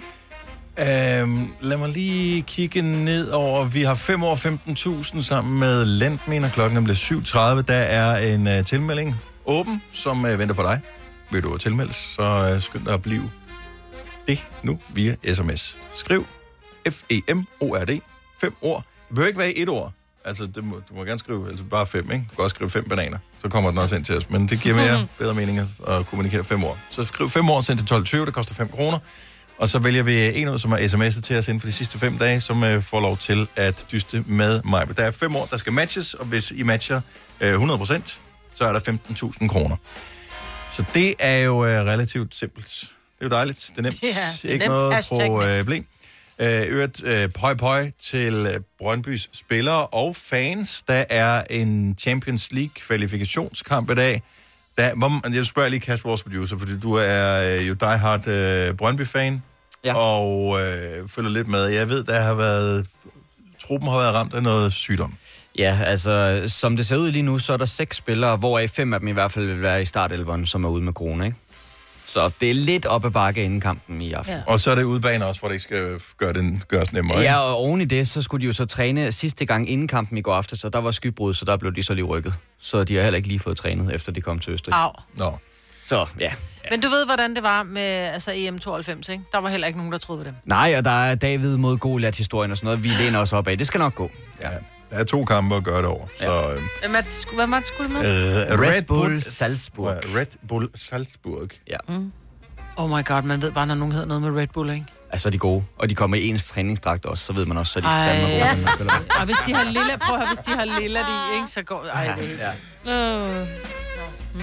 [SPEAKER 1] Um, lad mig lige kigge ned over. Vi har fem år femten tusind sammen med Lendmin, og klokken er blevet syv tredive. Der er en uh, tilmelding åben, som uh, venter på dig. Vil du tilmeldes, så uh, skynd dig at blive det nu via sms. Skriv F E M O R D. Fem ord. Det behøver ikke være et ord. Altså, det må, du må gerne skrive altså bare fem, ikke? Du kan også skrive fem bananer. Så kommer den også ind til os. Men det giver mere bedre mening at kommunikere fem ord. Så skriv fem ord, send til tolv tyve. Det koster fem kroner. Og så vælger vi en ud, som har sms'et til os inden for de sidste fem dage, som uh, får lov til at dyste med mig. Der er fem ord, der skal matches, og hvis I matcher uh, hundrede procent, så er der femten tusind kroner. Så det er jo uh, relativt simpelt. Det er jo dejligt. Det er nemt. Ja, det er ikke nemt. Noget problem. Uh, øvrigt, uh, pøj pøj til uh, Brøndbys spillere og fans. Der er en Champions League-kvalifikationskamp i dag. Der, hvor, jeg spørger lige Kasper, vores producer, fordi du er uh, jo diehard uh, Brøndby-fan. Ja. Og øh, følger lidt med. Jeg ved, der har været... Truppen har været ramt af noget sygdom.
[SPEAKER 14] Ja, altså, som det ser ud lige nu, så er der seks spillere, hvoraf fem af dem i hvert fald vil være i startelveren, som er ude med corona, ikke? Så det er lidt op ad bakke inden kampen i aften. Ja.
[SPEAKER 1] Og så er det udebane også, hvor det ikke skal gøre den gøres nemmere, ikke?
[SPEAKER 14] Ja, og oven i det, så skulle de jo så træne sidste gang inden kampen i går aften, så der var skybrud, så der blev de så lige rykket. Så de har heller ikke lige fået trænet, efter de kom til Østrig.
[SPEAKER 3] Au.
[SPEAKER 1] Nå.
[SPEAKER 14] Så, ja.
[SPEAKER 3] Men du ved, hvordan det var med altså E M tooghalvfems, ikke? Der var heller ikke nogen, der troede på dem.
[SPEAKER 14] Nej, og der er David mod Goliath-historien og sådan noget. Vi læner os op af. Det skal nok gå.
[SPEAKER 1] Ja, der er to kampe at gøre det over. Ja. Så, øh,
[SPEAKER 3] Hvem er det, hvad var det skulle med?
[SPEAKER 1] Øh,
[SPEAKER 14] Red, Red Bull Salzburg.
[SPEAKER 1] Red Bull Salzburg.
[SPEAKER 14] Ja.
[SPEAKER 3] Mm. Oh my god, man ved bare, når nogen hedder noget med Red Bull, ikke?
[SPEAKER 14] Altså, de er gode. Og de kommer i ens træningsdragt også, så ved man også, så de
[SPEAKER 3] Ej,
[SPEAKER 14] fandme
[SPEAKER 3] ja.
[SPEAKER 14] gode.
[SPEAKER 3] Og hvis de har lilla, prøv at høre, hvis de har lilla de, ikke, så går... Ej, det er
[SPEAKER 14] ja.
[SPEAKER 3] øh. mm.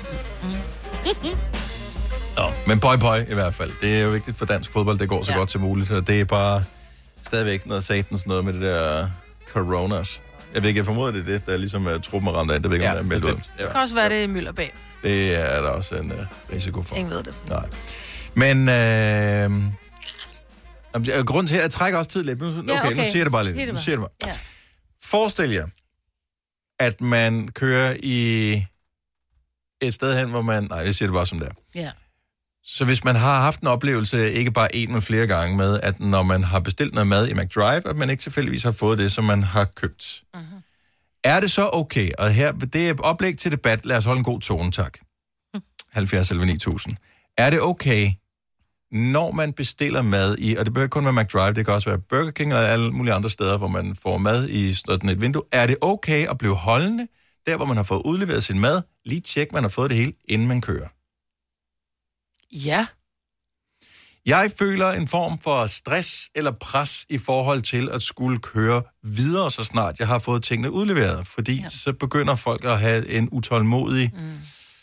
[SPEAKER 1] Mm. Nå, men pøj pøj i hvert fald. Det er jo vigtigt for dansk fodbold, det går så ja. godt som muligt. Og det er bare stadigvæk noget satans noget med det der coronas. Jeg ved ikke, jeg formoder, det er det, der ligesom er truppen er ramt af. Det ved ikke, om
[SPEAKER 14] ja,
[SPEAKER 1] det er meldt ud.
[SPEAKER 3] Ja. Det kan også være, det er mylderbag.
[SPEAKER 1] Det er der også en uh, risiko for.
[SPEAKER 3] Ingen ved det.
[SPEAKER 1] Nej. Men øh, grunden til, at jeg trækker også tid lidt. Okay, ja, okay. Nu siger jeg det bare lidt. Det nu siger det bare. Ja. Forestil jer, at man kører i et sted hen, hvor man... Nej, jeg siger det bare som det er.
[SPEAKER 2] Ja.
[SPEAKER 1] Så hvis man har haft en oplevelse, ikke bare en, men flere gange med, at når man har bestilt noget mad i McDrive, at man ikke tilfældigvis har fået det, som man har købt. Mm-hmm. Er det så okay? Og her, det er oplæg til debat. Lad os holde en god tone, tak. halvfjerds elleve ni tusind. Er det okay, når man bestiller mad i, og det behøver kun være McDrive, det kan også være Burger King og alle mulige andre steder, hvor man får mad i sådan et vindue. Er det okay at blive holdende, der hvor man har fået udleveret sin mad, lige tjek, man har fået det hele, inden man kører?
[SPEAKER 3] Ja.
[SPEAKER 1] Jeg føler en form for stress eller pres i forhold til at skulle køre videre, så snart jeg har fået tingene udleveret. Fordi ja. så begynder folk at have en utålmodig mm.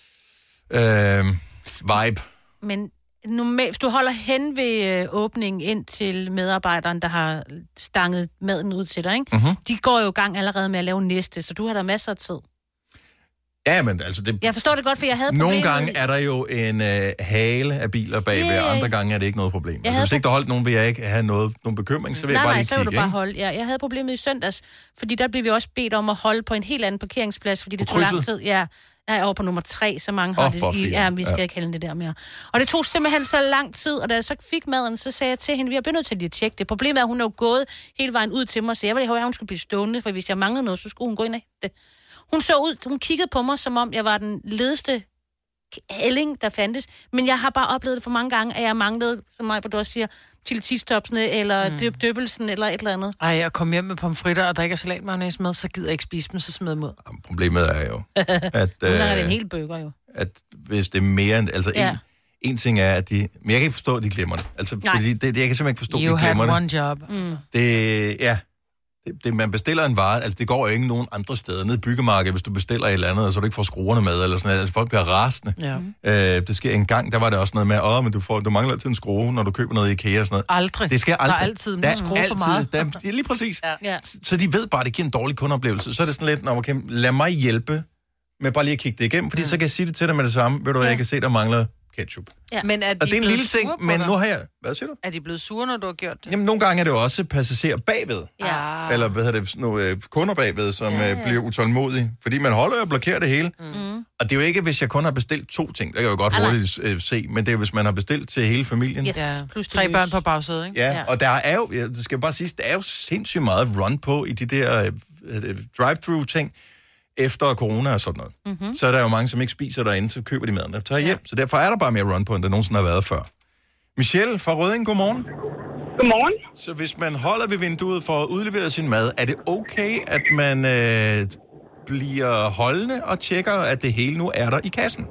[SPEAKER 1] øh, vibe.
[SPEAKER 2] Men normalt, hvis du holder hen ved øh, åbningen ind til medarbejderen, der har stanget maden ud til dig, ikke? Mm-hmm. De går jo i gang allerede med at lave næste, så du har der masser af tid.
[SPEAKER 1] Ja, men altså... Det,
[SPEAKER 2] jeg forstår det godt, for jeg havde
[SPEAKER 1] nogle
[SPEAKER 2] problemet...
[SPEAKER 1] gange er der jo en øh, hale af biler bagved, yeah. og andre gange er det ikke noget problem. Altså,
[SPEAKER 2] havde...
[SPEAKER 1] hvis ikke der holdt nogen, vil jeg ikke have noget, nogen bekymring, så vil
[SPEAKER 2] nej,
[SPEAKER 1] jeg bare
[SPEAKER 2] nej,
[SPEAKER 1] lige
[SPEAKER 2] så
[SPEAKER 1] kigge,
[SPEAKER 2] du bare holde. Ja, jeg havde problemet i søndags, fordi der blev vi også bedt om at holde på en helt anden parkeringsplads, fordi det tog lang tid. Ja, jeg er over på nummer tre, så mange har
[SPEAKER 1] oh,
[SPEAKER 2] det. I, ja, vi skal ja. ikke kalde det der mere. Og det tog simpelthen så lang tid, og da jeg så fik maden, så sagde jeg til hende, vi har nødt til lige at tjekke det. Problemet er, at hun er jo gået hele vejen ud til mig, så jeg var lige, at hun skulle blive stående, for hvis jeg manglede noget, så skulle hun gå ind og det. Hun så ud, hun kiggede på mig, som om jeg var den ledeste ælling, der fandtes. Men jeg har bare oplevet det for mange gange, at jeg manglede, som mig, hvor du også siger, chili-cheese-topsene, eller mm. døb døbelsen, eller et eller andet.
[SPEAKER 3] Ej, jeg kom hjem med pomfritter, og der ikke er salatmayonnaise med, så gider jeg ikke spise dem, så smider jeg mod.
[SPEAKER 1] Problemet er jo, at...
[SPEAKER 2] Nu er det en hel burger jo.
[SPEAKER 1] At hvis det er mere end... Altså, ja. en, en ting er, at de... Men jeg kan ikke forstå, at de glemmer det. Altså,
[SPEAKER 2] Nej.
[SPEAKER 1] fordi det, det, jeg kan simpelthen ikke forstå, at de
[SPEAKER 3] you
[SPEAKER 1] glemmer det.
[SPEAKER 3] You had one job.
[SPEAKER 2] Mm.
[SPEAKER 1] Det... Ja. Det, det, man bestiller en vare, altså det går jo ikke nogen andre steder. Nede i byggemarkedet, hvis du bestiller et eller andet, og så du ikke får skruerne med, eller sådan noget. Altså folk bliver rasende. Ja. Øh, det sker en gang, der var det også noget med, åh, men du, får, du mangler altid en skrue, når du køber noget i IKEA og sådan noget.
[SPEAKER 3] Aldrig.
[SPEAKER 1] Det sker aldrig.
[SPEAKER 3] Der er altid en skrue
[SPEAKER 1] altid,
[SPEAKER 3] for meget.
[SPEAKER 1] Der, det er lige præcis.
[SPEAKER 3] Ja. Ja.
[SPEAKER 1] Så de ved bare, at det giver en dårlig kundeoplevelse. Så er det sådan lidt, okay, lad mig hjælpe med bare lige at kigge det igennem, fordi mm. så kan jeg sige det til dig med det samme. Ved du, ja. jeg kan se, der mangler ketchup.
[SPEAKER 3] Ja. Men er de
[SPEAKER 1] og det er en lille ting, men nu har jeg... Hvad siger du?
[SPEAKER 3] Er de blevet sure, når du har gjort det?
[SPEAKER 1] Jamen, nogle gange er det jo også passagerer bagved.
[SPEAKER 3] Ja.
[SPEAKER 1] Eller hvad hedder det, nogle øh, kunder bagved, som ja, ja. Øh, bliver utålmodige. Fordi man holder og blokerer det hele. Mm. Og det er jo ikke, hvis jeg kun har bestilt to ting. Det kan jeg jo godt ah, hurtigt øh, se. Men det er hvis man har bestilt til hele familien.
[SPEAKER 3] Yes. Ja. Plus tre børn på bagsædet, ikke?
[SPEAKER 1] Ja, ja, og der er jo, jeg skal bare sige, der er jo sindssygt meget run på i de der øh, drive-thru ting. Efter corona og sådan noget. Mm-hmm. Så er der jo mange, som ikke spiser derinde, så køber de maden og tager hjem. Ja. Så derfor er der bare mere run på, end der nogensinde har været før. Michelle fra Rødding, godmorgen.
[SPEAKER 15] Godmorgen.
[SPEAKER 1] Så hvis man holder ved vinduet for at udlevere sin mad, er det okay, at man øh, bliver holdende og tjekker, at det hele nu er der i kassen?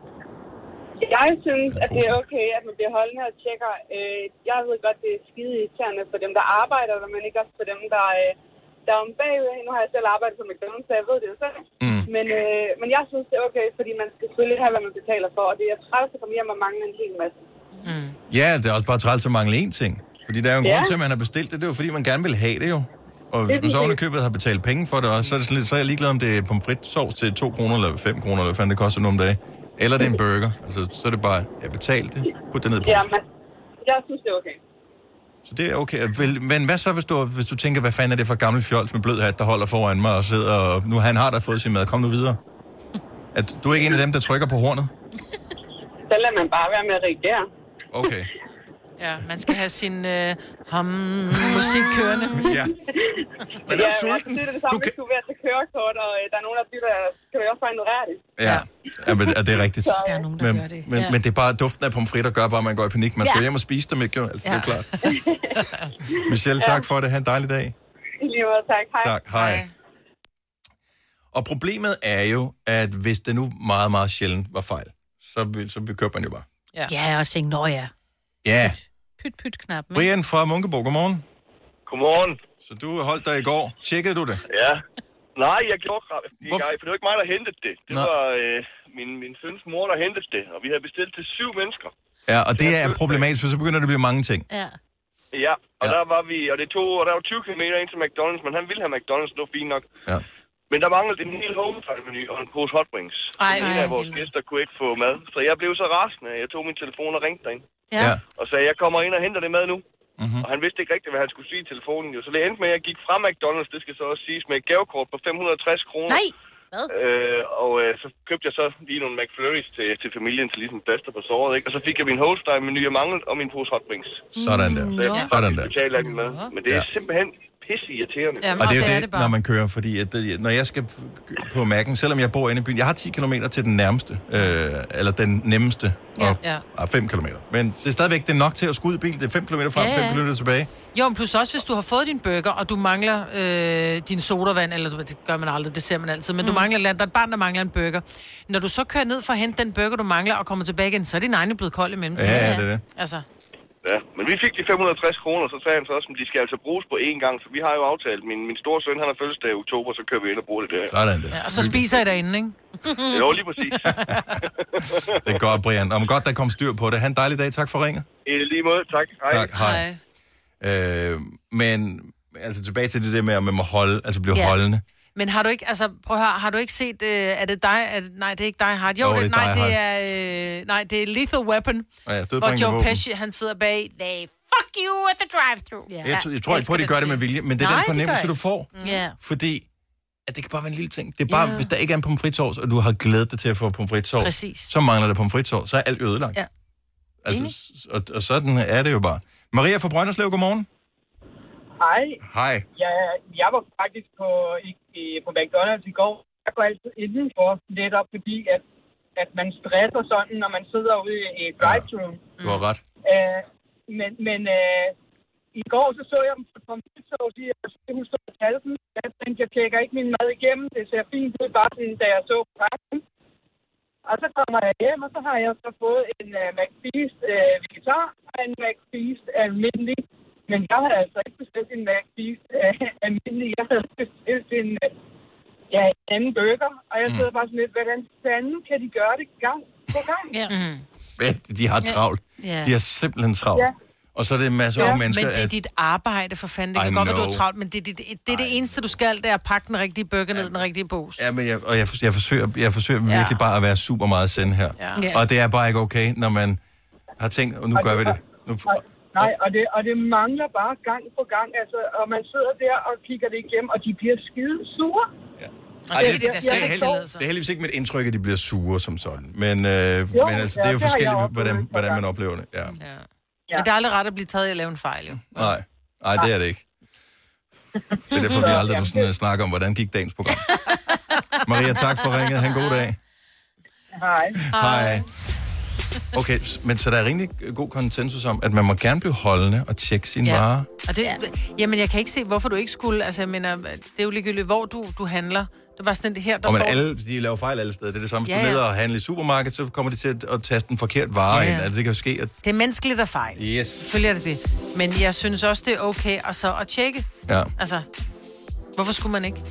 [SPEAKER 15] Jeg synes, at det er okay, at man bliver holdende og tjekker. Jeg ved godt, det er skide irriterende for dem, der arbejder, men ikke også for dem, der... Der er om bagved, nu har jeg selv arbejdet på McDonald's, så jeg ved det jo selv. Mm. Men, øh, men jeg synes, det er okay, fordi man skal selvfølgelig have, hvad man betaler for, og det er træls at komme hjem og mangle en hel masse.
[SPEAKER 1] Mm. Ja, det er også bare træls at mangle én ting. Fordi der er jo en ja. grund til, at man har bestilt det. Det er jo fordi, man gerne vil have det jo. Og hvis man så oven i købet har betalt penge for det også, så er, det sådan lidt, så er jeg ligeglad, om det er pomfritsovs til to kroner eller fem kroner, eller hvad fanden det koster nogle dage. Eller det er en burger. Altså, så er det bare, jeg betalte det, put det ned på.
[SPEAKER 15] Ja, men jeg synes, det er okay.
[SPEAKER 1] Så det er okay. Men hvad så, hvis du, hvis du tænker, hvad fanden er det for gammel fjols med blød hat, der holder foran mig og sidder og... Nu han har da fået sin mad. Kom nu videre. At, du er ikke en af dem, der trykker på hornet?
[SPEAKER 15] Så lader man bare være med at reagere.
[SPEAKER 1] Okay.
[SPEAKER 3] Ja, man skal have sin øh, hum, musik kørende.
[SPEAKER 1] Ja. Men
[SPEAKER 15] ja, er sulten. Det er det samme, du hvis du er ved at tage kørekort, og øh, der er nogen, der bliver, kan vi også bare ignorere det.
[SPEAKER 1] Ja, ja men, det er rigtigt.
[SPEAKER 15] Så,
[SPEAKER 3] der er nogen, der
[SPEAKER 1] men,
[SPEAKER 3] gør det.
[SPEAKER 1] Men,
[SPEAKER 3] ja.
[SPEAKER 1] men det er bare duften af pomfritter gør bare, at man går i panik. Man skal
[SPEAKER 15] ja.
[SPEAKER 1] hjem og spise dem, ikke? Altså, ja. det er klart. Michelle, tak
[SPEAKER 15] ja.
[SPEAKER 1] for det. Ha' en dejlig dag.
[SPEAKER 15] I lige måde, tak. Hej.
[SPEAKER 1] Tak, hej. hej. Og problemet er jo, at hvis det nu meget, meget sjældent var fejl, så, så køber man jo bare.
[SPEAKER 2] Ja, ja og tænke, nå ja.
[SPEAKER 1] Ja.
[SPEAKER 2] Pyt-pyt-knap.
[SPEAKER 1] Brian fra Munkebo, godmorgen.
[SPEAKER 16] Godmorgen.
[SPEAKER 1] Så du holdt dig i går. Tjekkede du det?
[SPEAKER 16] Ja. Nej, jeg gjorde ikke, for det var ikke mig, der hentede det. Det Nå. var øh, min, min søns mor, der hentede det, og vi havde bestilt til syv mennesker.
[SPEAKER 1] Ja, og det er problematisk, for så begynder det at blive mange ting.
[SPEAKER 2] Ja.
[SPEAKER 16] Ja, og
[SPEAKER 1] ja.
[SPEAKER 16] der var vi, og det tog, og der var tyve kilometer ind til McDonald's, men han ville have McDonald's, det var fint nok.
[SPEAKER 1] Ja.
[SPEAKER 16] Men der manglede en hel home-menu og en pose hot wings.
[SPEAKER 3] Ej,
[SPEAKER 16] en af vores gæster kunne ikke få mad, så jeg blev så rasende. Jeg tog min telefon og ringte derind.
[SPEAKER 2] Ja.
[SPEAKER 16] Og sagde, jeg kommer ind og henter det mad nu.
[SPEAKER 1] Mm-hmm.
[SPEAKER 16] Og han vidste ikke rigtigt, hvad han skulle sige i telefonen. Jo. Så det endte med, at jeg gik fra McDonald's, det skal så også siges, med et gavekort på fem hundrede og tres kroner.
[SPEAKER 2] Nej! Hvad?
[SPEAKER 16] Øh, og øh, så købte jeg så lige nogle McFlurries til, til familien, til ligesom plaster på såret, ikke? Og så fik jeg min Holstein-menu, jeg manglede, og min pose hot wings.
[SPEAKER 1] Sådan der.
[SPEAKER 16] Så jeg
[SPEAKER 1] ja. Sådan der.
[SPEAKER 16] betale af med. Men det er ja. simpelthen pisse irriterende.
[SPEAKER 3] Jamen,
[SPEAKER 1] og det er jo
[SPEAKER 3] det,
[SPEAKER 1] det,
[SPEAKER 3] er det
[SPEAKER 1] når man kører, fordi at det, når jeg skal på Mac'en, selvom jeg bor inde i byen, jeg har ti kilometer til den nærmeste, øh, eller den nemmeste, og
[SPEAKER 3] ja. Ja.
[SPEAKER 1] fem kilometer. Men det er stadigvæk det er nok til at skulle ud i bil. Det er fem kilometer frem,
[SPEAKER 3] ja, ja.
[SPEAKER 1] fem kilometer tilbage.
[SPEAKER 3] Jo, men plus også, hvis du har fået din burger, og du mangler øh, din sodavand, eller det gør man aldrig, det ser man altid, men mm. du mangler land, der er et barn, der mangler en burger. Når du så kører ned for at hente den burger, du mangler, og kommer tilbage igen, så er din egne blevet kold i mellemtiden.
[SPEAKER 1] Ja, ja, det er det.
[SPEAKER 3] Altså.
[SPEAKER 16] Ja, men vi fik de fem hundrede og tres kroner, så sagde han så også, at de skal altså bruges på én gang, så vi har jo aftalt. Min, min store søn, han har fødselsdag i oktober, så kører vi ind og bruger det der.
[SPEAKER 1] Sådan det.
[SPEAKER 3] Ja, og så spiser I derinde, ikke?
[SPEAKER 16] Det var lige præcis.
[SPEAKER 1] Det er godt, Brian. Om godt, der kom styr på det. Ha' en dejlig dag. Tak for ringet.
[SPEAKER 16] I lige måde. Tak. Hej.
[SPEAKER 1] Tak. Hej. Øh, men altså tilbage til det der med, at man må holde, altså blive
[SPEAKER 3] Ja.
[SPEAKER 1] holdende.
[SPEAKER 3] Men har du ikke, altså prøv at høre, har du ikke set, øh, er det dig, er det, nej, det er ikke dig, Hard. Jo,
[SPEAKER 1] Jo,
[SPEAKER 3] det,
[SPEAKER 1] det er
[SPEAKER 3] nej,
[SPEAKER 1] Die
[SPEAKER 3] det er, øh, nej, det er Lethal Weapon,
[SPEAKER 1] Ja, ja,
[SPEAKER 3] hvor
[SPEAKER 1] dødbringende
[SPEAKER 3] Joe
[SPEAKER 1] våben.
[SPEAKER 3] Pesci, han sidder bag, they fuck you at the drive-thru.
[SPEAKER 2] Ja.
[SPEAKER 1] Jeg, jeg tror ikke på, at de gør det med vilje, men det er
[SPEAKER 3] Nej,
[SPEAKER 1] den
[SPEAKER 3] de gør
[SPEAKER 1] fornemmelse,
[SPEAKER 3] ikke.
[SPEAKER 1] du får.
[SPEAKER 2] Ja.
[SPEAKER 1] Fordi at det kan bare være en lille ting. Det er bare,
[SPEAKER 3] Ja.
[SPEAKER 1] hvis der ikke er en pomfritsovs, og du har glædet dig til at få pomfritsovs,
[SPEAKER 3] Præcis.
[SPEAKER 1] så mangler der pomfritsovs, så er alt ødelagt.
[SPEAKER 3] Ja.
[SPEAKER 1] Altså, s- og, og sådan er det jo bare. Maria fra Brønderslev, godmorgen.
[SPEAKER 17] Hej.
[SPEAKER 1] Hej.
[SPEAKER 17] Ja, jeg var faktisk på, i, i, på McDonald's i går. Jeg går altid indenfor, netop fordi, at, at man stresser sådan, når man sidder ude i et drive-thru.
[SPEAKER 1] Du har ret.
[SPEAKER 17] Øh, men men øh, i går så så jeg dem på pomfritsovs i, og hun stod og talte den. Jeg tænkte, jeg tjekker ikke min mad igennem. Det ser fint ud, bare sådan, da jeg så pakken. Og så kommer jeg hjem, og så har jeg så fået en uh, McFeast uh, vegetar og en McFeast almindelig. Men jeg havde altså ikke bestilt en McFeast uh, almindelig. Jeg havde bestilt en, uh, ja, en anden burger. Og jeg sidder bare sådan lidt, hvordan fanden kan de gøre det gang på gang?
[SPEAKER 2] Ja.
[SPEAKER 3] Mm.
[SPEAKER 1] Men de har travlt.
[SPEAKER 3] Ja.
[SPEAKER 1] De har simpelthen travlt.
[SPEAKER 17] Ja.
[SPEAKER 1] Og så er det en masse
[SPEAKER 3] Ja,
[SPEAKER 1] unge
[SPEAKER 3] men
[SPEAKER 1] mennesker,
[SPEAKER 3] det er
[SPEAKER 1] at...
[SPEAKER 3] dit arbejde for fanden. Det
[SPEAKER 1] I
[SPEAKER 3] kan godt være, du
[SPEAKER 1] know.
[SPEAKER 3] er travlt, men det, det, det, det er det eneste, du skal, det er at pakke den rigtige burger ned i den rigtige pose.
[SPEAKER 1] Ja, men jeg, og jeg, jeg forsøger, jeg forsøger ja. virkelig bare at være super meget send her.
[SPEAKER 3] Ja.
[SPEAKER 1] Ja. Og det er bare ikke okay, når man har tænkt, og nu
[SPEAKER 17] Og
[SPEAKER 1] gør
[SPEAKER 17] det-
[SPEAKER 1] vi det. Nu,
[SPEAKER 17] Og, nej, og det, og det mangler bare gang på gang. Altså, og man sidder der og kigger det igennem, og de bliver skide sure.
[SPEAKER 1] Ej, det, det, det, det, er heldig, det er heldigvis ikke mit indtryk, at de bliver sure som sådan. Men, øh,
[SPEAKER 17] Jo,
[SPEAKER 1] men altså,
[SPEAKER 17] ja,
[SPEAKER 1] det er jo
[SPEAKER 17] det har jeg
[SPEAKER 1] forskelligt,
[SPEAKER 17] oplevet
[SPEAKER 1] hvordan,
[SPEAKER 17] et par
[SPEAKER 1] hvordan man
[SPEAKER 17] gange.
[SPEAKER 1] oplever det. Ja.
[SPEAKER 3] Ja. Ja. Men det er aldrig ret at blive taget i at lave en fejl, jo.
[SPEAKER 1] Nej. Nej, det er det ikke. Det er derfor, vi aldrig sådan, uh, snakker om, hvordan gik dagens program. Maria, tak for ringet. Ha' en god dag.
[SPEAKER 17] Hej.
[SPEAKER 1] Hej. Okay, s- men så der er rimelig god konsensus om, at man må gerne blive holdende og tjekke sine
[SPEAKER 3] Ja.
[SPEAKER 1] varer.
[SPEAKER 3] Og det, jamen, jeg kan ikke se, hvorfor du ikke skulle. Altså, jeg mener, det er jo ligegyldigt, hvor du, du handler. Det var sådan det her, der
[SPEAKER 1] Og men
[SPEAKER 3] får...
[SPEAKER 1] alle, de laver fejl alle steder. Det er det samme, hvis
[SPEAKER 3] Ja,
[SPEAKER 1] du er nede
[SPEAKER 3] ja.
[SPEAKER 1] og handler i supermarkedet, så kommer de til at, at taste en forkert vare
[SPEAKER 3] Ja, ja.
[SPEAKER 1] ind. Altså, det kan jo ske, at...
[SPEAKER 3] Det er menneskeligt at fejl.
[SPEAKER 1] Yes.
[SPEAKER 3] Selvfølgelig er det det. Men jeg synes også, det er okay at, så at tjekke.
[SPEAKER 1] Ja.
[SPEAKER 3] Altså, hvorfor skulle man ikke?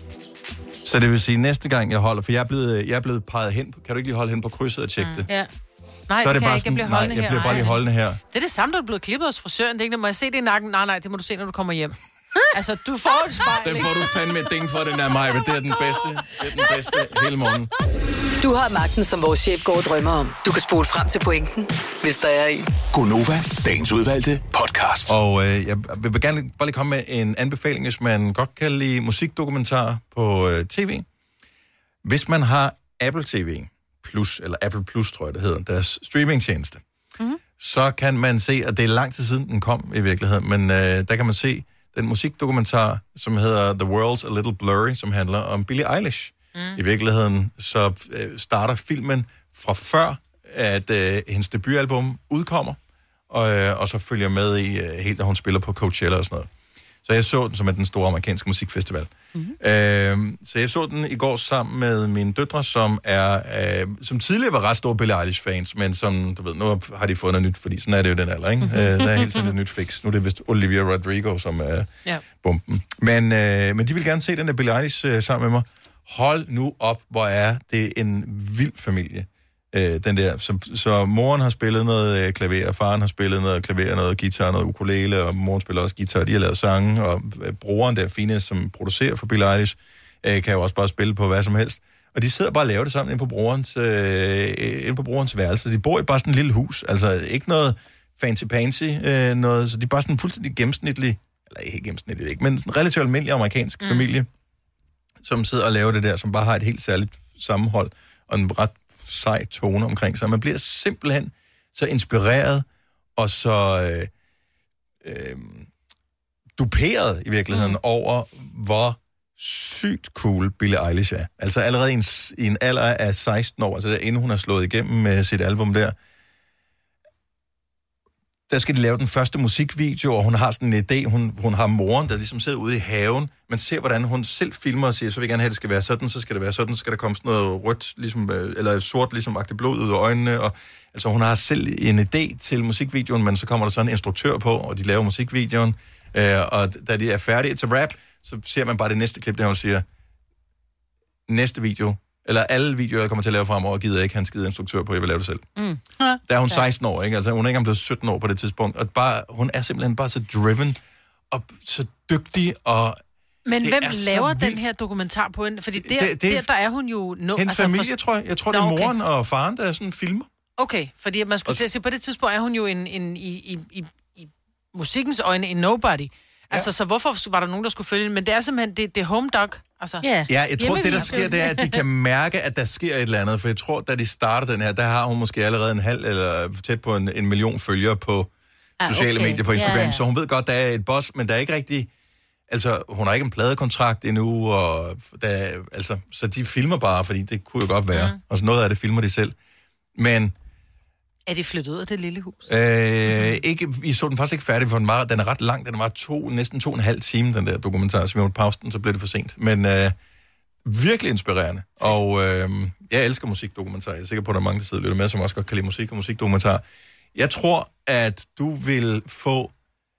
[SPEAKER 1] Så det vil sige, næste gang jeg holder, for jeg er blevet, jeg er blevet peget hen, kan du ikke lige holde hen på krydset og tjekke mm. det?
[SPEAKER 3] Ja. Nej,
[SPEAKER 1] Så er
[SPEAKER 3] det,
[SPEAKER 1] det
[SPEAKER 3] kan
[SPEAKER 1] bare
[SPEAKER 3] jeg ikke. Jeg
[SPEAKER 1] sådan,
[SPEAKER 3] bliver
[SPEAKER 1] nej,
[SPEAKER 3] holdende
[SPEAKER 1] jeg
[SPEAKER 3] her.
[SPEAKER 1] bliver bare lige
[SPEAKER 3] Ej.
[SPEAKER 1] holdende her.
[SPEAKER 3] Det er det samme, når du er blevet klippet hos frisøren. Det er ikke, må jeg se det i nakken? Nej, nej, det må du se, når du kommer hjem. Altså, du får et spejl,
[SPEAKER 1] Den
[SPEAKER 3] ikke?
[SPEAKER 1] får du fandme et ding for, den der Maja. Det er den bedste. Det er den bedste hele morgen.
[SPEAKER 4] Du har magten, som vores chef går og drømmer om. Du kan spole frem til pointen, hvis der er en.
[SPEAKER 5] Gonova, dagens udvalgte podcast.
[SPEAKER 1] Og øh, jeg vil gerne bare lige komme med en anbefaling, hvis man godt kan lide musikdokumentar på øh, tv. Hvis man har Apple T V Plus, eller Apple Plus, tror jeg det hedder, deres streamingtjeneste, mm-hmm. så kan man se, og det er lang tid siden den kom i virkeligheden, men øh, der kan man se den musikdokumentar, som hedder The World's a Little Blurry, som handler om Billie Eilish. Mm. I virkeligheden så øh, starter filmen fra før, at øh, hendes debutalbum udkommer, og, øh, og så følger med i øh, helt, når hun spiller på Coachella og sådan noget. Så jeg så den, som er den store amerikanske musikfestival. Mm-hmm. Øh, så jeg så den i går sammen med mine døtre, som er øh, som tidligere var ret store Billie Eilish-fans, men som, du ved, nu har de fået noget nyt, fordi sådan er det jo den alder, ikke? Mm-hmm. Øh, der er helt tiden et nyt fix. Nu er det vist Olivia Rodrigo, som er
[SPEAKER 3] Ja.
[SPEAKER 1] bomben. Men, øh, men de vil gerne se den der Billie Eilish øh, sammen med mig. Hold nu op, hvor er det en vild familie. Øh, den der. Så, så moren har spillet noget øh, klaver, og faren har spillet noget klaver, noget guitar, noget ukulele, og moren spiller også guitar. De har lavet sange, og øh, broren der, Fine, som producerer for Billie Eilish, øh, kan jo også bare spille på hvad som helst. Og de sidder bare og laver det sammen inde på brorens, øh, inde på brorens værelse. De bor i bare sådan et lille hus. Altså ikke noget fancy-pansy, øh, noget, så de er bare sådan en fuldstændig gennemsnitlig, eller ikke gennemsnitlig, ikke, men sådan en relativt almindelig amerikansk mm. familie, som sidder og laver det der, som bare har et helt særligt sammenhold, og en ret sej tone omkring sig. Man bliver simpelthen så inspireret, og så øh, øh, duperet i virkeligheden mm. over, hvor sygt cool Billie Eilish er. Altså allerede i en, i en alder af seksten år, altså der, inden hun har slået igennem med sit album der, der skal de lave den første musikvideo, og hun har sådan en idé. Hun, hun har moren, der ligesom sidder ude i haven. Man ser, hvordan hun selv filmer og siger, så vil jeg gerne have, at det skal være sådan, så skal det være sådan, så skal der komme sådan noget rødt, ligesom, eller sort, ligesom agtigt blod ud af øjnene. Og, altså, hun har selv en idé til musikvideoen, men så kommer der sådan en instruktør på, og de laver musikvideoen. Øh, og da de er færdige til rap, så ser man bare det næste klip, der hun siger, næste video, eller alle videoer, jeg kommer til at lave fremover, gider jeg ikke have en skide instruktør på, jeg vil lave det selv. Mm. Der er hun seksten år, ikke? Altså, hun er ikke engang blevet sytten år på det tidspunkt, og bare, hun er simpelthen bare så driven, og så dygtig, og
[SPEAKER 3] men hvem laver den her dokumentar på hende? Fordi der, det, det, der, der er hun jo... No,
[SPEAKER 1] en
[SPEAKER 3] altså,
[SPEAKER 1] familie,
[SPEAKER 3] for...
[SPEAKER 1] tror jeg. Jeg tror, det er
[SPEAKER 3] Nå,
[SPEAKER 1] moren
[SPEAKER 3] okay.
[SPEAKER 1] og faren, der er sådan filmer.
[SPEAKER 3] Okay, fordi man skulle til at sige, på det tidspunkt er hun jo en, en i, i, i, i musikkens øjne en nobody. Altså, ja. Så hvorfor var der nogen, der skulle følge? Men det er simpelthen, det, det er home dog. Altså.
[SPEAKER 1] Ja, ja, jeg tror, det der sker, det er, at de kan mærke, at der sker et eller andet. For jeg tror, da de starter den her, der har hun måske allerede en halv eller tæt på en, en million følgere på ah, sociale okay. medier på Instagram. Ja, ja. Så hun ved godt, der er et boss, men der er ikke rigtig... Altså, hun har ikke en pladekontrakt endnu, og der, altså, så de filmer bare, fordi det kunne jo godt være. Mm. Og så noget af det filmer de selv. Men...
[SPEAKER 3] Er de flyttet ud af det lille hus?
[SPEAKER 1] Øh, ikke, vi så den faktisk ikke færdig, for den, var, den er ret lang. Den var to, næsten to og en halv time, den der dokumentar. Så vi måtte pause den, så blev det for sent. Men øh, virkelig inspirerende. Og øh, jeg elsker musikdokumentar. Jeg er sikker på, at der er mange, der sidder og lytter med, som også godt kan lide musik og musikdokumentar. Jeg tror, at du vil få...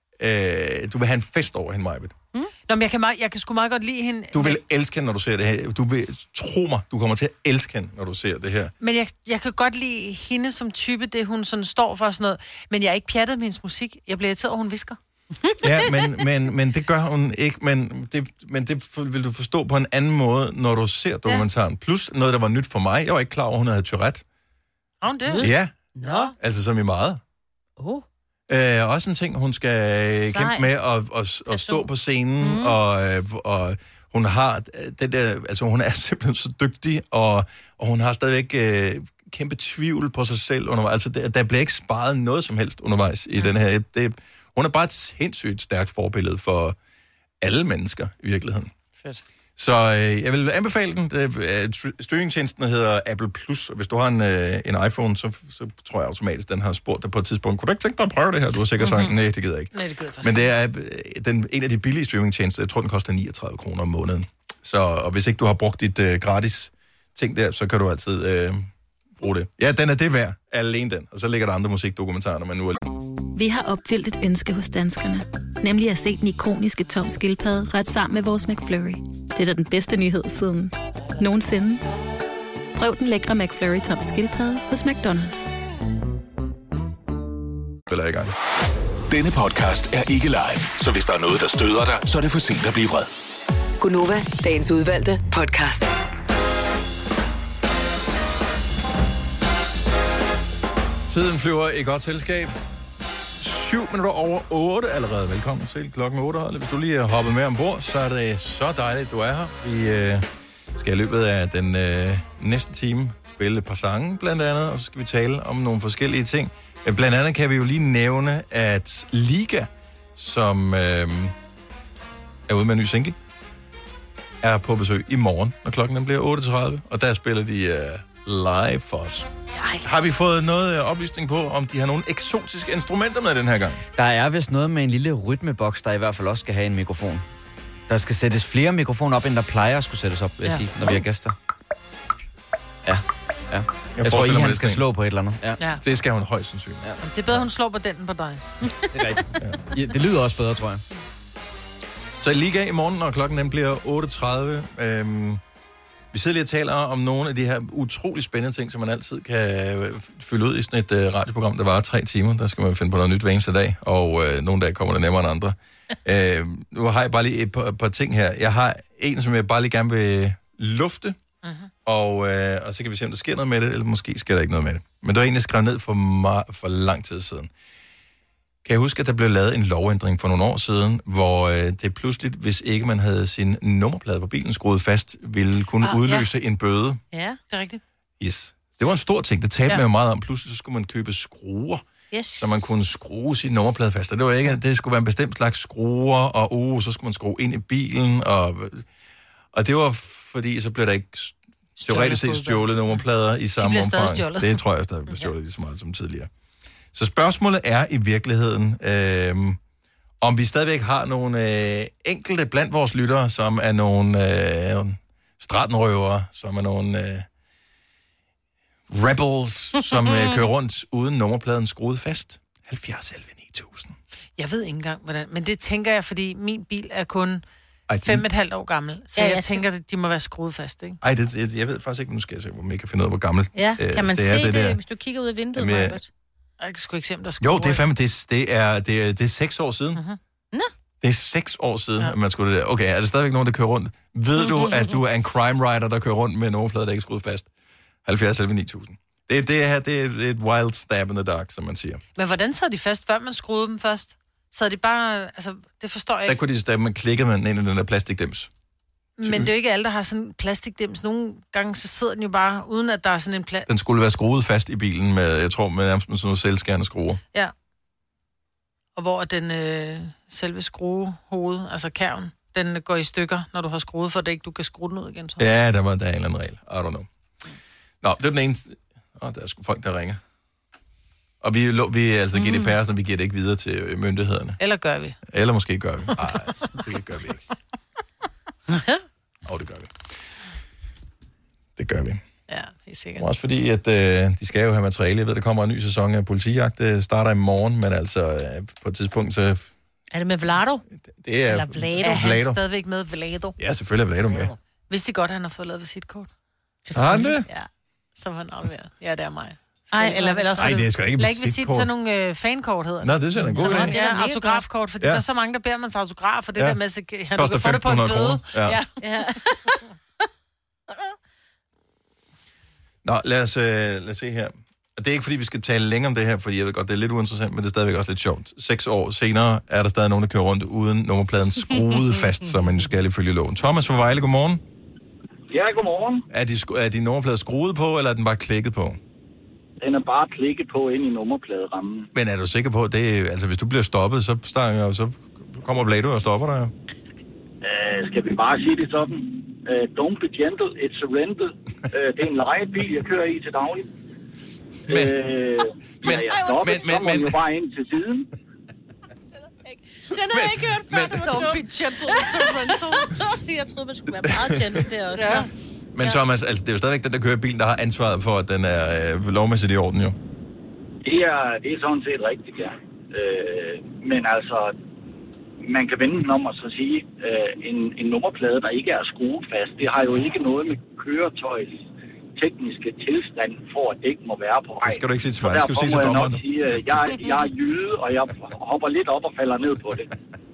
[SPEAKER 1] Øh, du vil have en fest over hende, Majbet.
[SPEAKER 3] Mm. Nå, men jeg kan, meget, jeg kan sgu meget godt lide hende.
[SPEAKER 1] Du vil elske hende, når du ser det her. Du vil, tro mig, du kommer til at elske hende, når du ser det her.
[SPEAKER 3] Men jeg, jeg kan godt lide hende som type, det hun sådan står for og sådan noget. Men jeg er ikke pjattet med hendes musik. Jeg bliver irriteret over, hun visker.
[SPEAKER 1] Ja, men, men, men det gør hun ikke. Men det, men det vil du forstå på en anden måde, når du ser dokumentaren. Ja. Plus noget, der var nyt for mig. Jeg var ikke klar over, hun havde Tourette.
[SPEAKER 3] Har hun det?
[SPEAKER 1] Ja.
[SPEAKER 3] Nå.
[SPEAKER 1] Altså som i meget.
[SPEAKER 3] Oh.
[SPEAKER 1] Øh, også en ting, hun skal Sej. kæmpe med at, at, at stå på scenen, mm. og, og hun har det der, altså hun er simpelthen så dygtig, og, og hun har stadigvæk øh, kæmpe tvivl på sig selv undervejs. Altså der, der bliver ikke sparet noget som helst undervejs i mm. den her. Det, hun er bare et sindssygt stærkt forbillede for alle mennesker i virkeligheden.
[SPEAKER 3] Fedt.
[SPEAKER 1] Så øh, jeg vil anbefale den. Det, streamingtjenesten hedder Apple Plus, og hvis du har en, øh, en iPhone, så, så tror jeg automatisk, den har spurgt dig på et tidspunkt. Kunne du ikke tænke dig at prøve det her? Du har sikkert sagt, mm-hmm. nej, det gider jeg ikke.
[SPEAKER 3] Nej, det gider jeg
[SPEAKER 1] Men det er øh, den, en af de billige streamingtjenester. Jeg tror, den koster niogtredive kroner om måneden. Så og hvis ikke du har brugt dit øh, gratis ting der, så kan du altid øh, bruge det. Ja, den er det værd. Alene den. Og så ligger der andre musikdokumentarer, når man nu er...
[SPEAKER 18] Vi har opfyldt et ønske hos danskerne. Nemlig at se den ikoniske Tom Skildpadde ret sammen med vores McFlurry. Det er da den bedste nyhed siden nogensinde. Prøv den lækre McFlurry Tom Skildpadde hos McDonald's.
[SPEAKER 1] Eller i gang.
[SPEAKER 5] Denne podcast er ikke live, så hvis der er noget, der støder dig, så er det for sent at blive vred.
[SPEAKER 4] Gunova, dagens udvalgte podcast.
[SPEAKER 1] Tiden flyver i godt selskab. Syv minutter over otte allerede. Velkommen til klokken otte. Hvis du lige er hoppet med ombord, så er det så dejligt, du er her. Vi øh, skal i løbet af den øh, næste time spille et par sange, blandt andet, og så skal vi tale om nogle forskellige ting. Blandt andet kan vi jo lige nævne, at Liga, som øh, er ude med en ny single, er på besøg i morgen, når klokken den bliver otte tredive, og der spiller de øh, live for os. Ej. Har vi fået noget oplysning på, om de har nogle eksotiske instrumenter med den her gang?
[SPEAKER 14] Der er vist noget med en lille rytmeboks, der i hvert fald også skal have en mikrofon. Der skal sættes flere mikrofoner op, end der plejer at skulle sættes op, vil jeg ja. sige, når vi har gæster. Ja, ja. Jeg, jeg tror, I han skal slå på et eller andet. Ja.
[SPEAKER 3] Ja.
[SPEAKER 1] Det skal hun højst sandsynligt.
[SPEAKER 3] Ja. Det er bedre, hun slår på den end på dig.
[SPEAKER 14] Det er rigtigt. Ja. Det lyder også bedre, tror jeg.
[SPEAKER 1] Så Liga i morgen, når klokken den bliver otte tredive. Øhm, vi sidder lige og taler om nogle af de her utrolig spændende ting, som man altid kan fylde ud i sådan et uh, radioprogram, der varer tre timer. Der skal man finde på noget nyt hver eneste dag, og uh, nogle dage kommer det nemmere end andre. uh, nu har jeg bare lige et par, par ting her. Jeg har en, som jeg bare lige gerne vil lufte, uh-huh. og, uh, og så kan vi se, om der sker noget med det, eller måske sker der ikke noget med det. Men det var egentlig skrevet ned for, ma- for lang tid siden. Kan jeg huske, at der blev lavet en lovændring for nogle år siden, hvor øh, det pludselig, hvis ikke man havde sin nummerplade på bilen skruet fast, ville kunne ah, udløse ja. en bøde.
[SPEAKER 3] Ja, det er rigtigt.
[SPEAKER 1] Yes. Det var en stor ting, det talte ja. man jo meget om. Pludselig så skulle man købe skruer,
[SPEAKER 2] yes.
[SPEAKER 1] så man kunne skrue sin nummerplade fast. Og det var ikke, det skulle være en bestemt slags skruer, og uh, så skulle man skrue ind i bilen. Og, og det var fordi, så blev der ikke teoretisk set stjålet nummerplader i samme omfang. Det tror jeg stadig blev stjålet lige så meget som tidligere. Så spørgsmålet er i virkeligheden, øh, om vi stadigvæk har nogle øh, enkelte blandt vores lyttere, som er nogle øh, stratenrøvere, som er nogle øh, rebels, som øh, kører rundt uden nummerpladen skruet fast. halvfjerds elleve ni tusind.
[SPEAKER 3] Jeg ved ikke engang, hvordan... Men det tænker jeg, fordi min bil er kun
[SPEAKER 1] Ej,
[SPEAKER 3] fem og et halvt år gammel. Så
[SPEAKER 2] Ja,
[SPEAKER 3] ja,
[SPEAKER 2] jeg
[SPEAKER 3] jeg
[SPEAKER 2] skal-
[SPEAKER 3] tænker, at de må være skruet fast, ikke?
[SPEAKER 1] Ej, det, jeg, jeg ved faktisk ikke, nu skal jeg se, om jeg kan finde ud af, hvor gammel
[SPEAKER 2] Ja,
[SPEAKER 1] øh,
[SPEAKER 2] kan man
[SPEAKER 1] det
[SPEAKER 2] se
[SPEAKER 1] er,
[SPEAKER 2] det,
[SPEAKER 1] det
[SPEAKER 2] det
[SPEAKER 1] der.
[SPEAKER 2] hvis du kigger ud af vinduet,
[SPEAKER 1] Jamen, jeg-
[SPEAKER 2] Majbert?
[SPEAKER 3] Jeg kan sgu ikke se, om der er skruer.
[SPEAKER 1] Jo, det er fandme, det, det, er, det, er, det er seks år siden.
[SPEAKER 3] Mhm.
[SPEAKER 2] Nå.
[SPEAKER 1] Det er seks år siden, ja. at man skulle det der. Okay, er der stadigvæk nogen, der kører rundt? Ved du, at du er en crime writer, der kører rundt med en nummerplade, der ikke er skruet fast? halvfjerds elleve ni tusind. Det, det, her, det er et wild stab in the dark, som man siger.
[SPEAKER 3] Men hvordan sad de fast, før man skruede dem først? Så de bare... Altså, det forstår jeg
[SPEAKER 1] Der
[SPEAKER 3] ikke.
[SPEAKER 1] kunne de, da man klikkede man ind i den der plastikdims.
[SPEAKER 3] Men det er jo ikke alle, der har sådan en plastikdims. Nogle gange, så sidder den jo bare, uden at der er sådan en plads.
[SPEAKER 1] Den skulle være skruet fast i bilen med, jeg tror, med nærmest med sådan nogle selvskærende skruer.
[SPEAKER 3] Ja. Og hvor den øh, selve skruehoved, altså kærven, den går i stykker, når du har skruet, for det ikke du kan skrue den ud igen, tror jeg.
[SPEAKER 1] Ja, der var der er en eller anden regel. I don't know. Nå, det er den ene... Åh, der er sgu folk, der ringer. Og vi, lo- vi er altså G D P R, så vi giver det ikke videre til myndighederne.
[SPEAKER 3] Eller gør vi?
[SPEAKER 1] Eller måske gør vi. Nej, det gør vi ikke. Åh, oh, det gør vi. Det gør vi.
[SPEAKER 3] Ja, helt sikkert.
[SPEAKER 1] Også fordi, at øh, de skal jo have materiale. Jeg ved, der kommer en ny sæson af Politijagt. Det starter i morgen, men altså øh, på et tidspunkt, så...
[SPEAKER 2] Er det med Vlado?
[SPEAKER 1] Det er
[SPEAKER 2] Eller Vlado?
[SPEAKER 3] Er han
[SPEAKER 1] Vlado.
[SPEAKER 3] stadigvæk med Vlado?
[SPEAKER 1] Ja, selvfølgelig er Vlado med.
[SPEAKER 3] Vidste I godt, at han har fået lavet visitkort?
[SPEAKER 1] Har han det?
[SPEAKER 3] Ja, så var han afleveret. Ja, det er mig.
[SPEAKER 2] Ej,
[SPEAKER 3] Ej, eller, eller også
[SPEAKER 1] Ej, det er sgu da ikke
[SPEAKER 3] eller ikke visit,
[SPEAKER 1] visitkort.
[SPEAKER 3] sådan nogle øh, fankort hedder det.
[SPEAKER 1] Nå, det er sådan en god
[SPEAKER 3] Nå,
[SPEAKER 1] idé.
[SPEAKER 3] det er autografkort, fordi
[SPEAKER 1] Ja.
[SPEAKER 3] ja. der er så mange, der beder man sig autograf, og det
[SPEAKER 1] Ja.
[SPEAKER 3] der med, så kan du
[SPEAKER 1] Koster
[SPEAKER 3] kan få det på en
[SPEAKER 1] femten hundrede
[SPEAKER 3] bøde.
[SPEAKER 1] kroner. Ja.
[SPEAKER 3] Ja.
[SPEAKER 1] Nå, lad os, øh, lad os se her. Og det er ikke, fordi vi skal tale længere om det her, fordi jeg ved godt, det er lidt uinteressant, men det er stadigvæk også lidt sjovt. Seks år senere er der stadig nogen, der kører rundt uden nummerpladen skruet fast, som man skal ifølge loven. Thomas fra Vejle, godmorgen.
[SPEAKER 19] Ja, godmorgen.
[SPEAKER 1] Er, de, sk- er din nummerplade skruet på, eller er den bare klikket på?
[SPEAKER 19] Den er bare klikket på ind i nummerpladerammen.
[SPEAKER 1] Men er du sikker på, at det er, altså hvis du bliver stoppet, så, starter, så kommer Vlado og stopper dig jo?
[SPEAKER 19] Uh, skal vi bare sige det sådan? Uh, don't be gentle, it's a rental. Uh, det er en lejebil, jeg kører i til daglig. Men, uh, men, ja, jeg stopper, men, men, så må men, jo bare ind til siden.
[SPEAKER 2] Den har jeg ikke hørt før, det var
[SPEAKER 3] Don't be
[SPEAKER 2] dumt.
[SPEAKER 3] gentle, it's a rental.
[SPEAKER 2] Jeg troede, man skulle være meget gentle der også.
[SPEAKER 3] Ja.
[SPEAKER 1] men Thomas, altså, det er jo stadigvæk den, der kører bilen, der har ansvaret for, at den er øh, lovmæssigt i orden jo.
[SPEAKER 19] Det er, det er sådan set rigtigt, ja. Uh, men altså, man kan vende den om og så sige, uh, en, en nummerplade, der ikke er skruet fast, det har jo ikke noget med køretøjets tekniske tilstand for, at det ikke må være på vej.
[SPEAKER 1] Det skal du ikke sige til mig,
[SPEAKER 19] Så
[SPEAKER 1] det skal du sige til
[SPEAKER 19] derfor må jeg
[SPEAKER 1] dommeren.
[SPEAKER 19] nok sige, uh, jeg, jeg er jyde, og jeg hopper lidt op og falder ned på det.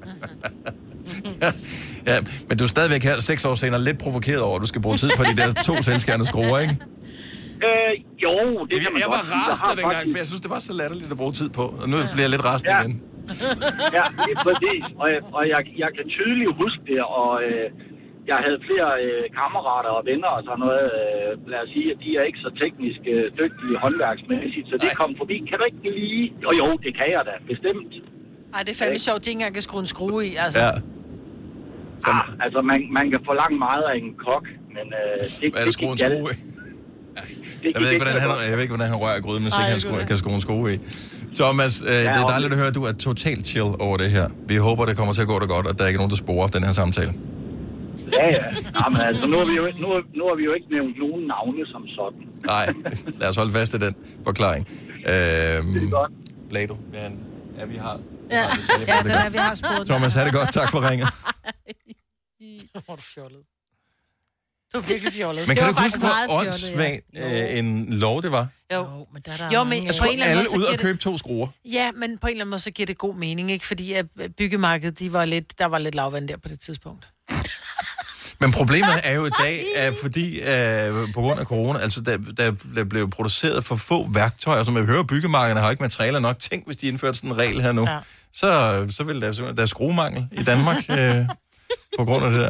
[SPEAKER 1] Ja, men du er stadigvæk her seks år senere lidt provokeret over, at du skal bruge tid på de der to selvskærende skruer, ikke?
[SPEAKER 19] Øh, jo, det kan man
[SPEAKER 1] Jeg
[SPEAKER 19] godt
[SPEAKER 1] var
[SPEAKER 19] sige. Jeg
[SPEAKER 1] rasende
[SPEAKER 19] har
[SPEAKER 1] dengang,
[SPEAKER 19] faktisk-
[SPEAKER 1] for jeg synes, det var så latterligt at bruge tid på. Og nu bliver jeg lidt rasende
[SPEAKER 19] Ja.
[SPEAKER 1] igen.
[SPEAKER 19] Ja, det er præcis. Og, og jeg, jeg kan tydeligt huske det, og øh, jeg havde flere øh, kammerater og venner og sådan noget. Øh, lad os sige, at de er ikke så teknisk øh, dygtige håndværksmæssigt, så det kom forbi. Kan du ikke lige... Jo, jo, det kan jeg da, bestemt.
[SPEAKER 3] Ej, det er fandme sjovt, at de ikke engang kan skrue en skrue i, altså.
[SPEAKER 1] Ja.
[SPEAKER 19] Ah, altså, man, man kan forlange meget af en kok, men øh, det,
[SPEAKER 1] Hvad er der skrue en skrue i? Jeg ved, ikke, hvordan han, jeg ved ikke, hvordan han rører gryden, hvis ikke han skrue, kan skrue en skrue i. Thomas, øh, det er dejligt at høre, at du er totalt chill over det her. Vi håber, det kommer til at gå dig godt, og der er ikke nogen, der sporer den her samtale.
[SPEAKER 19] Ja, ja. Nå, men altså, nu har, vi jo, nu, nu har vi jo ikke nævnt nogen navne som sådan.
[SPEAKER 1] Nej, lad os holde fast i den forklaring. Øhm, det er godt. Blado, ja, ja, vi har...
[SPEAKER 3] Ja, ja den er, vi har spurgt.
[SPEAKER 1] Thomas, ha' det godt. Tak for ringet.
[SPEAKER 3] Hvor er du fjollet. Du er virkelig fjollet.
[SPEAKER 1] Men kan
[SPEAKER 3] Det
[SPEAKER 1] du
[SPEAKER 3] var
[SPEAKER 1] ikke huske,
[SPEAKER 3] faktisk
[SPEAKER 1] hvor
[SPEAKER 3] meget
[SPEAKER 1] åndssvagt
[SPEAKER 3] fjollet,
[SPEAKER 1] øh, en lov det var?
[SPEAKER 3] Jo,
[SPEAKER 2] jo men der er der
[SPEAKER 3] jo, men
[SPEAKER 1] Jeg
[SPEAKER 3] på
[SPEAKER 1] tror,
[SPEAKER 3] en eller anden
[SPEAKER 1] alle
[SPEAKER 3] måde, så
[SPEAKER 1] ud
[SPEAKER 3] giver
[SPEAKER 1] og
[SPEAKER 3] det...
[SPEAKER 1] købe to skruer.
[SPEAKER 3] Ja, men på en eller anden måde, så giver det god mening, ikke? Fordi at byggemarkedet, de var lidt, der var lidt lavvand der på det tidspunkt.
[SPEAKER 1] Men problemet er jo i dag, at fordi øh, på grund af corona, altså der, der blev produceret for få værktøjer, som jeg hører, byggemarkederne har ikke materialer nok. Tænk, hvis de indførte sådan en regel her nu. Ja. Så, så ville der simpelthen, der er skruemangel i Danmark øh, på grund af det der.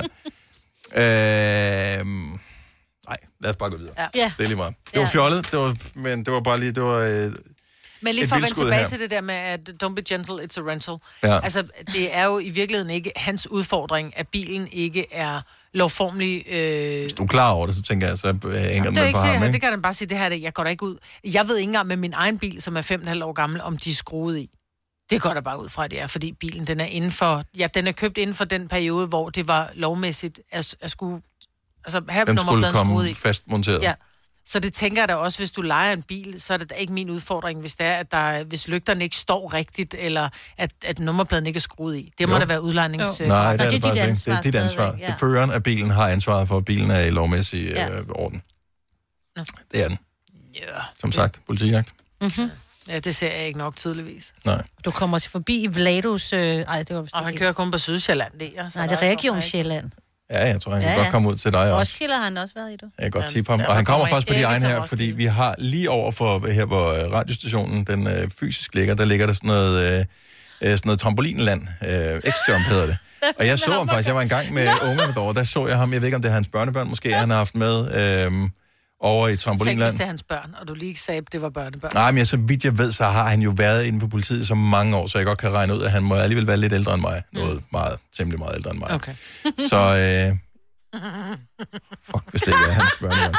[SPEAKER 1] Øh, nej, lad os bare gå videre.
[SPEAKER 3] Ja.
[SPEAKER 1] Det er lige meget. Det var fjollet, det var, men det var bare lige, det var... Øh,
[SPEAKER 3] Men lige
[SPEAKER 1] et
[SPEAKER 3] for at vende
[SPEAKER 1] vildskud
[SPEAKER 3] tilbage
[SPEAKER 1] her.
[SPEAKER 3] til det der med, at don't be gentle, it's a rental.
[SPEAKER 1] Ja.
[SPEAKER 3] Altså, det er jo i virkeligheden ikke hans udfordring, at bilen ikke er lovformelig... Øh...
[SPEAKER 1] Hvis du er klar over det, så tænker jeg, så hænger
[SPEAKER 3] Jamen,
[SPEAKER 1] den
[SPEAKER 3] det er ikke
[SPEAKER 1] på ham,
[SPEAKER 3] sikkert.
[SPEAKER 1] ikke?
[SPEAKER 3] Det kan den bare sige, det her, det, jeg går da ikke ud. Jeg ved ikke engang med min egen bil, som er fem komma fem år gammel, om de er skruet i. Det går der bare ud fra, det er, fordi bilen, den er inden for... Ja, den er købt inden for den periode, hvor det var lovmæssigt at, at skulle... Altså, have
[SPEAKER 1] den skulle komme
[SPEAKER 3] i.
[SPEAKER 1] fastmonteret.
[SPEAKER 3] Ja. Så det tænker jeg da også, hvis du lejer en bil, så er det da ikke min udfordring, hvis det er, at der, hvis lygterne ikke står rigtigt, eller at, at nummerpladen ikke er skruet i. Det må
[SPEAKER 1] Jo.
[SPEAKER 3] da være udlejnings...
[SPEAKER 1] Jo. Nej, det er det, det faktisk ikke. Det er dit ansvar.
[SPEAKER 3] Ja.
[SPEAKER 1] Det er føreren af bilen har ansvaret for, at bilen er i lovmæssig
[SPEAKER 3] Ja.
[SPEAKER 1] øh, orden.
[SPEAKER 3] Nå.
[SPEAKER 1] Det er den.
[SPEAKER 3] Ja.
[SPEAKER 1] Som sagt, policijagt.
[SPEAKER 2] Mm-hmm.
[SPEAKER 3] Ja, det ser jeg ikke nok tydeligvis.
[SPEAKER 1] Nej.
[SPEAKER 2] Du kommer til forbi i Vladus... Øh... Ej, det var vist
[SPEAKER 3] Og han
[SPEAKER 2] ikke.
[SPEAKER 3] kører kun på Sydsjælland, det er.
[SPEAKER 2] Nej, det er Region Sjælland.
[SPEAKER 1] Ja, jeg tror, han kan
[SPEAKER 2] Ja,
[SPEAKER 1] godt
[SPEAKER 2] ja.
[SPEAKER 1] komme ud til dig også.
[SPEAKER 2] Roskilde har han også været i, du.
[SPEAKER 1] Jeg kan godt tippe ham. Og han kommer faktisk på de egne her, fordi vi har lige over for her, hvor øh, radiostationen den øh, fysisk ligger, der ligger der sådan noget, øh, øh, sådan noget trampolinland. Øh, X-Jump hedder det. Og jeg så ham faktisk, jeg var engang med unger derovre, der så jeg ham, jeg ved ikke, om det er hans børnebørn, måske han har haft med øh, over i
[SPEAKER 3] Tænk,
[SPEAKER 1] trampolinland.
[SPEAKER 3] hvis det er hans børn, og du lige ikke sagde, at det var børnebørn.
[SPEAKER 1] Nej, men så vidt jeg ved, så har han jo været inde på politiet i så mange år, så jeg godt kan regne ud, at han må alligevel være lidt ældre end mig. Noget meget, temmelig meget ældre end mig.
[SPEAKER 3] Okay.
[SPEAKER 1] Så, øh, fuck, hvis det ikke er hans børnebørn.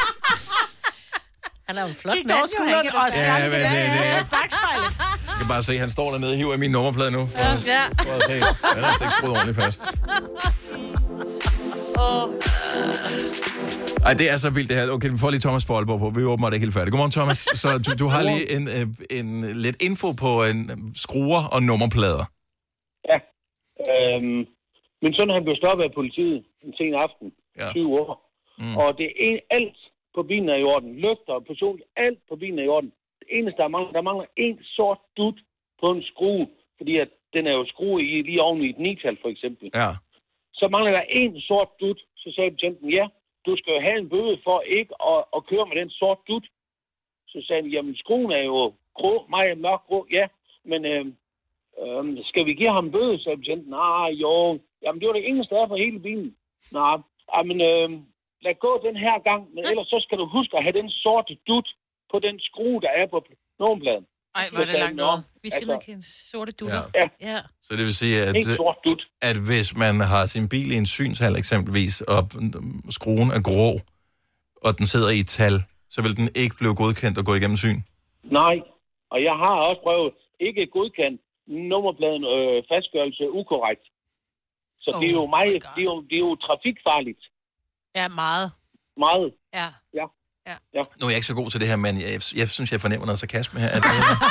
[SPEAKER 2] Han er jo en flot
[SPEAKER 3] Gik
[SPEAKER 2] mand,
[SPEAKER 3] over
[SPEAKER 2] jo,
[SPEAKER 3] skulderen
[SPEAKER 2] han kan
[SPEAKER 3] og
[SPEAKER 2] da-
[SPEAKER 3] sang
[SPEAKER 1] Ja,
[SPEAKER 3] det
[SPEAKER 1] men
[SPEAKER 3] der
[SPEAKER 1] det- det-
[SPEAKER 3] ja, bagspejlet.
[SPEAKER 1] Jeg kan bare se, at han står dernede og hiver i min nummerplade nu.
[SPEAKER 2] Ja.
[SPEAKER 1] Prøv at se. Han er altså ikke skruet ordentligt fast. Ej, det er så vildt det her. Okay, vi får lige Thomas Foralborg på. Vi er åbenbart ikke helt færdige. Godmorgen, Thomas. Så du, du har lige en, øh, en lidt info på en øh, skruer og nummerplader.
[SPEAKER 20] Ja. Øhm, min søn han blev stoppet af politiet en sen aften.
[SPEAKER 1] Ja.
[SPEAKER 20] syv år. Mm. Og det er en, alt på bilen er i orden. Lygter og portion, alt på bilen er i orden. Det eneste, der mangler, der mangler en sort dut på en skrue. Fordi at den er jo skruet i, lige oven i et nital, for eksempel.
[SPEAKER 1] Ja.
[SPEAKER 20] Så mangler der en sort dut. Så sagde betjenten, ja, du skal jo have en bøde for ikke at, at køre med den sort dut. Så sagde han, jamen skruen er jo grå, meget mørk grå, ja. Men øh, øh, skal vi give ham en bøde, sagde betjenten. Nej, jo. Jamen det var det eneste der for hele bilen. Nej, men øh, lad gå den her gang, men ellers så skal du huske at have den sorte dut på den skrue, der er på nummerpladen.
[SPEAKER 3] Ej, hvor er det langt over.
[SPEAKER 2] Vi skal ned en sorte dutter.
[SPEAKER 1] Ja.
[SPEAKER 2] Ja.
[SPEAKER 1] Så det vil sige, at,
[SPEAKER 20] En sort dut.
[SPEAKER 1] at hvis man har sin bil i en synshal eksempelvis, og skruen er grå, og den sidder i et tal, så vil den ikke blive godkendt og gå igennem syn.
[SPEAKER 20] Nej, og jeg har også prøvet ikke godkendt nummerpladen øh, fastgørelse ukorrekt. Så oh, det er jo meget, det er jo, det er jo trafikfarligt.
[SPEAKER 3] Ja, meget.
[SPEAKER 20] Meget.
[SPEAKER 3] Ja.
[SPEAKER 20] Ja.
[SPEAKER 3] Ja.
[SPEAKER 20] Ja.
[SPEAKER 1] Nu er jeg ikke så god til det her, men jeg, jeg synes, jeg fornemmer noget sarkasme her. At,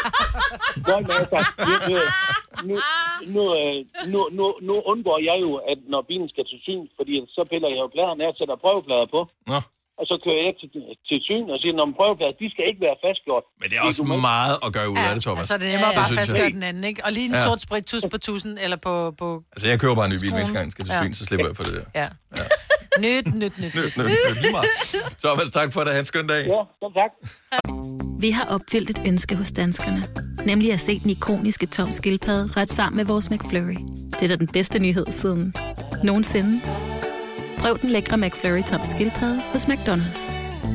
[SPEAKER 20] Godt, men altså, nu, nu, nu, øh, nu, nu, nu undgår jeg jo, at når bilen skal til syn, fordi så piller jeg jo pladerne af og sætter prøveplader på.
[SPEAKER 1] Nå.
[SPEAKER 20] Og så kører jeg til, til syn og siger, at prøveplader, de skal ikke være fastgjort.
[SPEAKER 1] Men det er også meget at gøre ud af det, Thomas.
[SPEAKER 3] Altså, det er nemmere
[SPEAKER 1] Det
[SPEAKER 3] bare
[SPEAKER 1] synes jeg.
[SPEAKER 3] fastgøre den anden, ikke? Og lige en
[SPEAKER 1] Ja.
[SPEAKER 3] sort sprittus på tusind, eller på... på
[SPEAKER 1] Altså, jeg køber bare en ny bil,
[SPEAKER 3] skruen.
[SPEAKER 1] hvis jeg skal til
[SPEAKER 3] Ja.
[SPEAKER 1] syn, så slipper jeg for det der.
[SPEAKER 3] Ja. Nyt, nyt, nyt, nyt.
[SPEAKER 1] Nyt, nyt, nyt, lige meget. Thomas, tak for det. Ha' en skøn dag.
[SPEAKER 20] Ja, så tak.
[SPEAKER 18] Vi har opfyldt et ønske hos danskerne. Nemlig at se den ikoniske Tom Skildpadde ret sammen med vores McFlurry. Det er da den bedste nyhed siden nogensinde. Prøv den lækre McFlurry Tom Skildpadde hos McDonald's.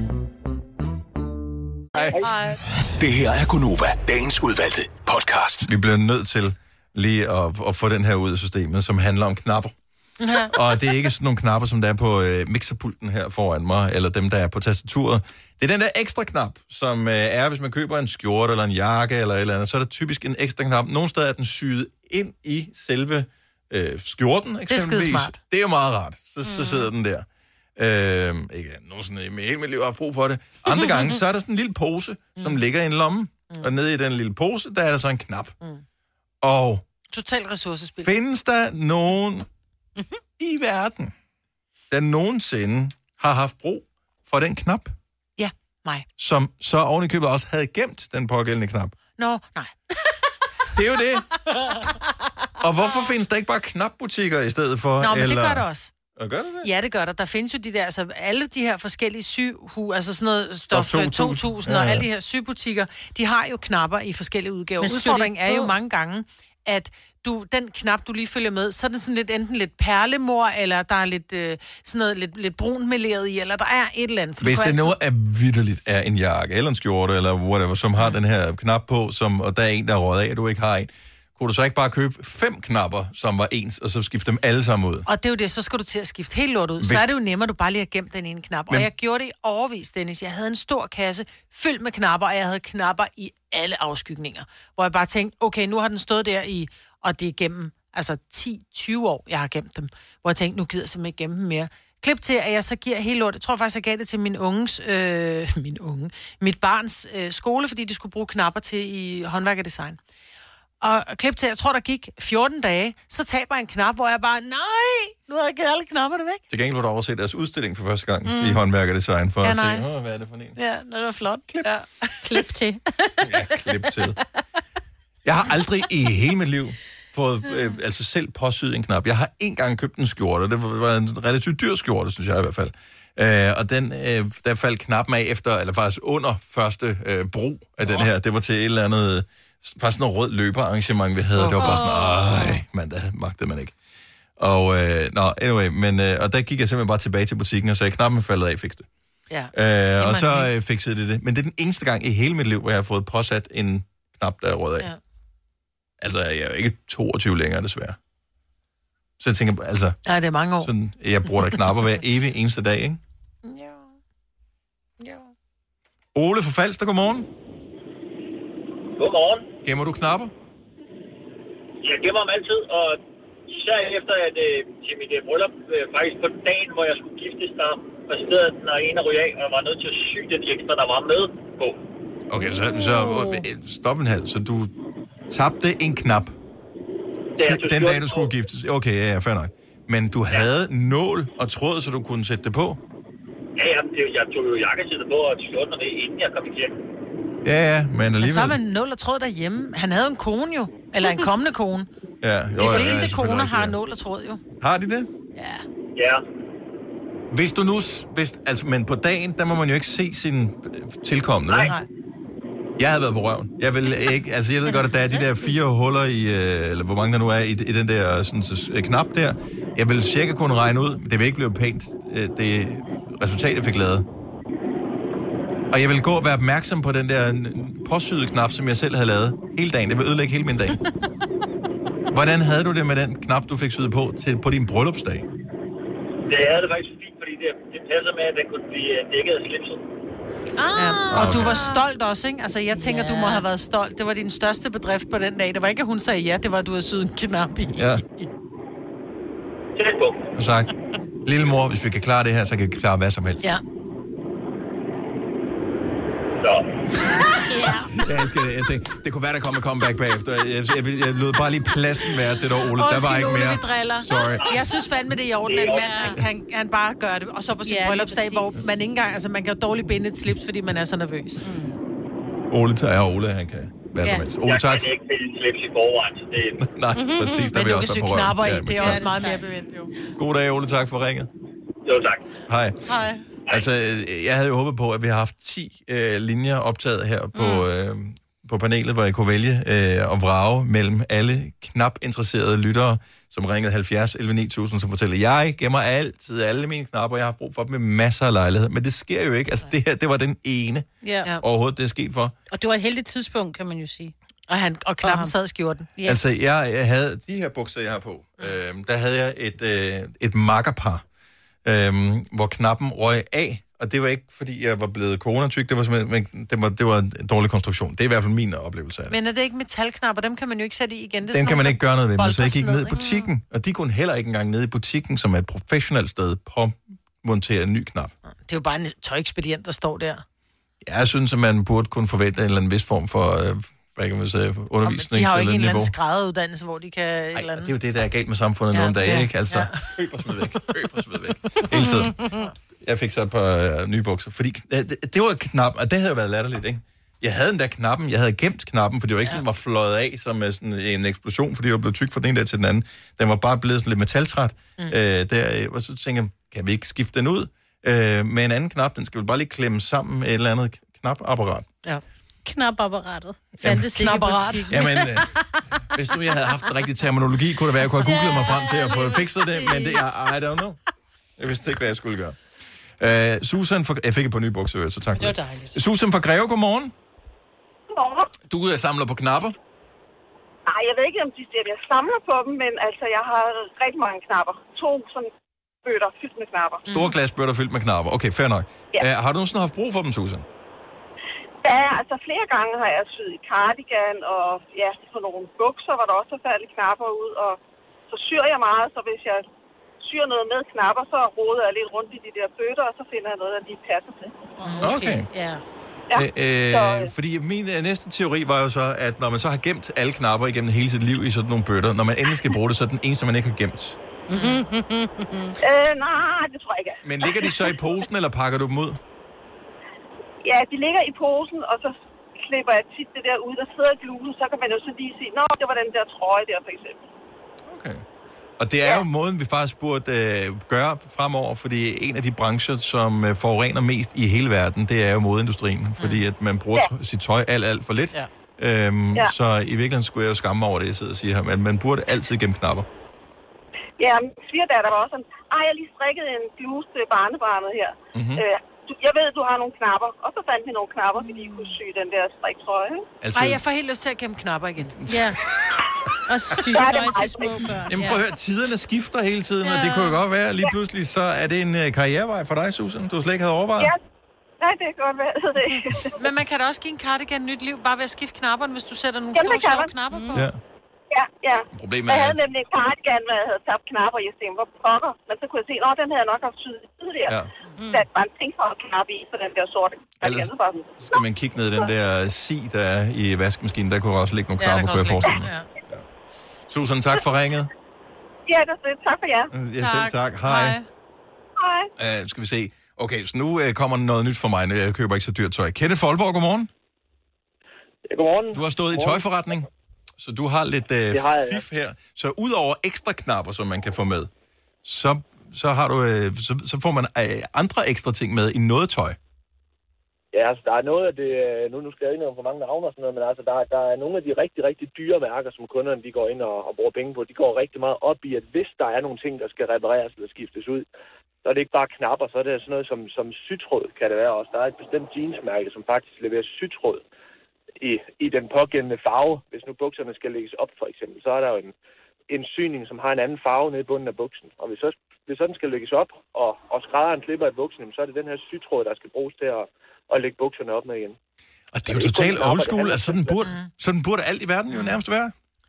[SPEAKER 1] Hej.
[SPEAKER 5] Det her er Gunova, dagens udvalgte podcast.
[SPEAKER 1] Vi bliver nødt til lige at, at få den her ud af systemet, som handler om knapper.
[SPEAKER 3] Ja.
[SPEAKER 1] Og det er ikke sådan nogle knapper, som der er på øh, mixerpulten her foran mig, eller dem, der er på tastaturet. Det er den der ekstra knap, som øh, er, hvis man køber en skjorte eller en jakke eller et eller andet, så er der typisk en ekstra knap. Nogle steder er den syet ind i selve øh, skjorten, eksempelvis.
[SPEAKER 3] skidesmart.
[SPEAKER 1] Det er jo meget rart. Så, mm. så sidder den der. Øh, ikke nogensinde med hele mit liv har haft brug for det. Andre gange, så er der sådan en lille pose, som ligger i en lomme. Mm. Og nede i den lille pose, der er der så en knap. Mm. Og
[SPEAKER 3] Total ressourcespil.
[SPEAKER 1] findes der nogen i verden, der nogensinde har haft brug for den knap,
[SPEAKER 3] Ja, mig.
[SPEAKER 1] som så oven i købet også havde gemt den pågældende knap?
[SPEAKER 3] Nå, nej.
[SPEAKER 1] Det er jo det. Og hvorfor findes der ikke bare knapbutikker i stedet for?
[SPEAKER 3] Nå, men
[SPEAKER 1] eller...
[SPEAKER 3] det gør der også.
[SPEAKER 1] Og gør det det?
[SPEAKER 3] Ja, det gør der. Der findes jo de der, altså alle de her forskellige syhu, altså sådan noget stof
[SPEAKER 1] Stof to tusind.
[SPEAKER 3] to tusind
[SPEAKER 1] Ja,
[SPEAKER 3] og
[SPEAKER 1] ja.
[SPEAKER 3] alle de her sybutikker, de har jo knapper i forskellige udgaver.
[SPEAKER 2] Men
[SPEAKER 3] Udfordringen
[SPEAKER 2] søg det
[SPEAKER 3] er jo
[SPEAKER 2] på.
[SPEAKER 3] mange gange, at du, den knap, du lige følger med, så er den sådan lidt, enten lidt perlemor, eller der er lidt, øh, sådan noget, lidt, lidt brun meleret i, eller der er et eller andet. For du
[SPEAKER 1] Hvis
[SPEAKER 3] kan
[SPEAKER 1] det
[SPEAKER 3] altid-
[SPEAKER 1] nu er vitterligt er en jakke, eller en skjorte, eller whatever, som har den her knap på, som, og der er en, der er røget af, og du ikke har en, kunne du så ikke bare købe fem knapper, som var ens, og så skifte dem alle sammen ud?
[SPEAKER 3] Og det er jo det, så skal du til at skifte helt lort ud.
[SPEAKER 1] Hvis...
[SPEAKER 3] Så er det jo nemmere, du bare lige har gemt den ene knap. Men... Og jeg gjorde det i overvis, Dennis. Jeg havde en stor kasse fyldt med knapper, og jeg havde knapper i alle afskygninger. Hvor jeg bare tænkte, okay, nu har den stået der i, og det er gennem altså ti til tyve år, jeg har gemt dem. Hvor jeg tænkte, nu gider jeg simpelthen ikke gemme dem mere. Klip til, at jeg så giver helt lort. Jeg tror faktisk, jeg gav det til min unges, øh, min unge, mit barns øh, skole, fordi de skulle bruge knapper til i håndværk og design. Og klip til, jeg tror, der gik fjorten dage, så taber jeg en knap, hvor jeg bare, nej, nu har jeg givet alle knapperne væk.
[SPEAKER 1] Til gengæld var du overset deres udstilling for første gang mm. i håndværk og design, for
[SPEAKER 3] ja,
[SPEAKER 1] at
[SPEAKER 3] nej.
[SPEAKER 1] se, oh, hvad er det for en?
[SPEAKER 3] Ja, det var flot.
[SPEAKER 2] Klip.
[SPEAKER 3] Ja.
[SPEAKER 2] Klip til.
[SPEAKER 1] Ja, klip til. Jeg har aldrig i hele mit liv fået øh, altså selv påsyet en knap. Jeg har en gang købt en skjorte, det var en relativt dyr skjorte, synes jeg i hvert fald. Øh, og den, øh, der faldt knappen af efter, eller faktisk under første øh, brug af oh. den her. Det var til et eller andet, faktisk noget rød løberarrangement, vi havde. Oh. Det var bare sådan, ej, man, der magtede man ikke. Og, øh, nå, anyway, men, øh, og der gik jeg simpelthen bare tilbage til butikken og sagde, knappen faldet af, fik det.
[SPEAKER 3] Ja.
[SPEAKER 1] Øh, og så øh, fikset det det. Men det er den eneste gang i hele mit liv, hvor jeg har fået påsat en knap, der er rød af. Ja. Altså, jeg er jo ikke toogtyve længere, desværre. Så jeg tænker, altså...
[SPEAKER 3] Nej, det er mange år.
[SPEAKER 1] Sådan, jeg bruger da knapper hver evig eneste dag, ikke?
[SPEAKER 3] Jo. Jo.
[SPEAKER 1] Ole fra Falster, godmorgen.
[SPEAKER 21] Godmorgen.
[SPEAKER 1] Gemmer du knapper?
[SPEAKER 21] Jeg gemmer dem altid, og især efter at øh, til mit øh, bryllup, øh, faktisk på dagen, hvor jeg skulle giftes, der præsterede den og en af ryge af, og jeg var nødt til at sy den ekstra, der var med på.
[SPEAKER 1] Okay, så, så stop en halv. Så du tabte en knap
[SPEAKER 21] Ja,
[SPEAKER 1] den dag, du skulle giftes. Okay, ja, ja, fair nok. Men du havde ja. nål og tråd, så du kunne sætte det på?
[SPEAKER 21] Ja, ja, jeg tog jo jakkesættet på og skjorten det, inden jeg kom i kirken.
[SPEAKER 1] Ja, ja, men alligevel... Men
[SPEAKER 3] så har man nål og tråd derhjemme. Han havde en kone jo. Eller en kommende kone.
[SPEAKER 1] Ja, jo,
[SPEAKER 3] de fleste
[SPEAKER 1] ja, ja,
[SPEAKER 3] koner har nål og tråd jo.
[SPEAKER 1] Har de det?
[SPEAKER 3] Ja.
[SPEAKER 21] Ja.
[SPEAKER 1] Hvis du nu... Hvis, altså, men på dagen, der må man jo ikke se sin tilkommende.
[SPEAKER 21] Nej, nej.
[SPEAKER 1] Jeg havde været på røven. Jeg vil ikke, altså jeg ved godt, at der er de der fire huller i, eller hvor mange der nu er i, i den der sådan, så, knap der. Jeg vil cirka kunne regne ud, det vil ikke blive pænt, det resultat, jeg fik lavet. Og jeg vil gå og være opmærksom på den der påsyede knap, som jeg selv havde lavet hele dagen. Det vil ødelægge hele min dag. Hvordan havde du det med den knap, du fik syet på til, på din bryllupsdag?
[SPEAKER 21] Det havde det faktisk fint, fordi det, det passer med, at den kunne blive dækket af slipset.
[SPEAKER 3] Ah, ja. Og okay. Du var stolt også, ikke? Altså, jeg tænker, yeah. du må have været stolt. Det var din største bedrift på den dag. Det var ikke, at hun sagde ja, det var, at du havde syet en knap i.
[SPEAKER 1] Ja.
[SPEAKER 21] Tæt på.
[SPEAKER 1] Og sagt, lille mor, hvis vi kan klare det her, så kan vi klare hvad som helst.
[SPEAKER 3] Ja.
[SPEAKER 21] Så.
[SPEAKER 1] Ja, jeg, skal, jeg tænkte, det kunne være, der kom et comeback bagefter. Jeg, jeg, jeg, jeg lød bare lige pladsen være til dig, Ole.
[SPEAKER 3] Undskyld,
[SPEAKER 1] der var ikke
[SPEAKER 3] Ole,
[SPEAKER 1] mere.
[SPEAKER 3] Vi driller.
[SPEAKER 1] Sorry.
[SPEAKER 3] Jeg synes fandme, det er i orden, at mand, han, han, han bare gør det. Og så på sin ja, bryllupsdag, hvor man ikke engang... Altså, man kan jo dårligt binde et slips, fordi man er så nervøs. Mm.
[SPEAKER 1] Ole tager og Ole, han kan hvad
[SPEAKER 21] ja.
[SPEAKER 1] som helst. Ole,
[SPEAKER 21] jeg
[SPEAKER 1] tak.
[SPEAKER 21] kan ikke binde et slips i forvejen, så det...
[SPEAKER 1] Nej, præcis, der
[SPEAKER 3] men
[SPEAKER 1] vil
[SPEAKER 3] jeg
[SPEAKER 1] også
[SPEAKER 3] være på røven. Men det er også meget mere bevendt, jo.
[SPEAKER 1] God dag, Ole. Tak for ringet.
[SPEAKER 21] Jo, tak.
[SPEAKER 1] Hej.
[SPEAKER 3] Hej.
[SPEAKER 1] Altså, jeg havde jo håbet på, at vi har haft ti øh, linjer optaget her på, øh, på panelet, hvor jeg kunne vælge øh, og vrage mellem alle knap interesserede lyttere, som ringede halvfjerds elleve ni tusind, som fortæller, jeg gemmer altid alle mine knapper, jeg har brug for dem med masser af lejlighed. Men det sker jo ikke. Altså, det her, det var den ene
[SPEAKER 2] ja.
[SPEAKER 1] overhovedet, det er sket for.
[SPEAKER 2] Og det var et heldigt tidspunkt, kan man jo sige.
[SPEAKER 3] Og, han, og knappen sad i skjorten.
[SPEAKER 1] Yes. Altså, jeg, jeg havde de her bukser, jeg har på, øh, der havde jeg et, øh, et makkerpar, Øhm, hvor knappen røg af, og det var ikke, fordi jeg var blevet coronatyk, det var simpelthen, det var, det var en dårlig konstruktion. Det er i hvert fald min oplevelse af det.
[SPEAKER 3] Men er det ikke metalknapper? Dem kan man jo ikke sætte i igen. Det
[SPEAKER 1] Dem kan man ikke gøre noget ved, men så jeg gik ned i butikken, og de kunne heller ikke engang ned i butikken, som er et professionelt sted, påmontere en ny knap.
[SPEAKER 3] Det er jo bare en tøjekspedient, der står der.
[SPEAKER 1] Ja, jeg synes, at man burde kunne forvente en eller anden vis form for... Øh, hvad kan man sige, undervisning.
[SPEAKER 3] De har jo ikke en eller anden skrædderuddannelse, hvor de kan... Ej, et eller andet.
[SPEAKER 1] Det er jo det, der er galt med samfundet ja, nogle dage, ja, ikke? Altså, ja. Køb og smid væk, køb og smid væk. Hele tiden. Jeg fik så et par uh, nye bukser, fordi uh, det, det var knap, og det havde jo været latterligt, ikke? Jeg havde den der knappen, jeg havde gemt knappen, for det var ikke sådan, den var fløjet af som sådan en eksplosion, fordi jeg var blevet tyk fra den ene dag til den anden. Den var bare blevet sådan lidt metaltræt. Mm. Uh, der, og så tænkte jeg, kan vi ikke skifte den ud uh, med en anden knap? Den skal vel bare lige klemme sammen med et eller andet knapapparat.
[SPEAKER 3] Ja.
[SPEAKER 2] Knapapparatet.
[SPEAKER 3] Fandtes ikke i butikken.
[SPEAKER 1] Jamen, øh, hvis nu jeg havde haft den rigtige terminologi, kunne det være, at jeg kunne have googlet mig frem til at få fikset det, men det er, I don't know. Jeg vidste ikke, hvad jeg skulle gøre. Uh, Susan for... Jeg fik et par nye bukser, så tak.
[SPEAKER 2] Det var dejligt.
[SPEAKER 1] Susan fra Greve, godmorgen.
[SPEAKER 22] Godmorgen.
[SPEAKER 1] Du er samler på knapper?
[SPEAKER 6] Nej, jeg ved ikke, om de siger, at jeg samler på dem, men altså, jeg har rigtig mange knapper. To sådan bøtter fyldt med knapper.
[SPEAKER 1] Store glasbøtter fyldt med knapper. Okay, fair nok. Ja. Uh, har du nogensinde haft brug for dem, Susan?
[SPEAKER 6] Ja, altså flere gange har jeg syet i cardigan, og ja, på nogle bukser, hvor der også er faldet knapper ud, og så syr jeg meget, så hvis jeg syr noget med knapper, så roder jeg lidt rundt i de der bøtter, og så finder jeg noget, der lige passer til.
[SPEAKER 1] Okay. okay.
[SPEAKER 6] Ja. Ja,
[SPEAKER 1] øh, så, øh. Fordi min øh, næste teori var jo så, at når man så har gemt alle knapper igennem hele sit liv i sådan nogle bøtter, når man endelig skal bruge det, så er den eneste, man ikke har gemt.
[SPEAKER 6] øh, nej, det tror jeg ikke.
[SPEAKER 1] Men ligger de så i posen, eller pakker du dem ud?
[SPEAKER 6] Ja, de ligger i posen, og så klipper jeg tit det der ud, der sidder glusen, så kan man jo så lige sige, nå, det var den der trøje der, for eksempel.
[SPEAKER 1] Okay. Og det er ja. jo måden, vi faktisk burde øh, gøre fremover, fordi en af de brancher, som øh, forurener mest i hele verden, det er jo modeindustrien, mm. fordi at man bruger ja. sit tøj alt, alt for lidt. Ja. Øhm, ja. Så i virkeligheden skulle jeg jo skamme mig over det, jeg sidder og siger her, men man burde altid gemme knapper.
[SPEAKER 6] Ja, min svigerdatter var også sådan, ej, jeg lige strikket en bluse til barnebarnet her. Mm-hmm. Øh, du, jeg ved, du har nogle knapper, og så fandt vi nogle knapper, fordi I kunne sy den der striktrøje.
[SPEAKER 3] Altså... Ej, jeg får helt lyst til at gemme knapper igen.
[SPEAKER 2] Ja. Og syge ja, til små børn.
[SPEAKER 1] Jamen prøv at høre, tiderne skifter hele tiden, ja. og det kunne jo godt være, lige pludselig, så er det en uh, karrierevej for dig, Susan, du slet ikke havde overvejet.
[SPEAKER 6] Ja, nej, det er godt være, det.
[SPEAKER 3] Men man kan da også give en cardigan nyt liv, bare ved at skifte knapperne, hvis du sætter nogle store sjove knapper på.
[SPEAKER 6] Ja. Ja, ja.
[SPEAKER 1] Problemet
[SPEAKER 6] jeg
[SPEAKER 1] er,
[SPEAKER 6] havde nemlig en cardigan, hvor jeg havde tabt knapper, og jeg tænkte, hvor pokker. Men så kunne jeg se, at den havde jeg nok haft syet tidligere. Ja. Mm. Der er bare en ting for at knappe i, for den der sorte.
[SPEAKER 1] Ellers skal man kigge ned i den der si, der er i vaskemaskinen. Der kunne også ligge nogle knapper, ja, kunne jeg forestille mig. Ja. Ja. Susan, tak for ringet.
[SPEAKER 6] Ja, det er det. Tak for jer.
[SPEAKER 1] Ja, selv tak. Hej.
[SPEAKER 6] Hej.
[SPEAKER 1] Uh, skal vi se. Okay, så nu uh, kommer noget nyt for mig. Jeg køber ikke så dyrt tøj. Kenneth Folborg, godmorgen.
[SPEAKER 22] Ja, godmorgen.
[SPEAKER 1] Du har stået i tøjforretning. Så du har lidt øh,
[SPEAKER 22] har jeg,
[SPEAKER 1] fif her. Så udover ekstra knapper, som man kan få med, så, så, har du, øh, så, så får man øh, andre ekstra ting med i noget tøj.
[SPEAKER 22] Ja, altså der er noget af det, nu, nu skal jeg ikke for mange navne og sådan noget, men altså der, der er nogle af de rigtig, rigtig dyre mærker, som kunderne de går ind og, og bruger penge på. De går rigtig meget op i, at hvis der er nogle ting, der skal repareres eller skiftes ud, så er det ikke bare knapper, så er det sådan noget som, som sytråd, kan det være også. Der er et bestemt jeansmærke, som faktisk leverer sytråd i, i den pågældende farve. Hvis nu bukserne skal lægges op, for eksempel, så er der jo en, en syning, som har en anden farve nede i bunden af buksen. Og hvis så, hvis så den skal lægges op, og, og skrædderen klipper i buksen, så er det den her sytråd, der skal bruges til at, at lægge bukserne op med igen.
[SPEAKER 1] Og det er jo totalt old school. Altså, sådan, burde, sådan burde alt i verden jo nærmest være.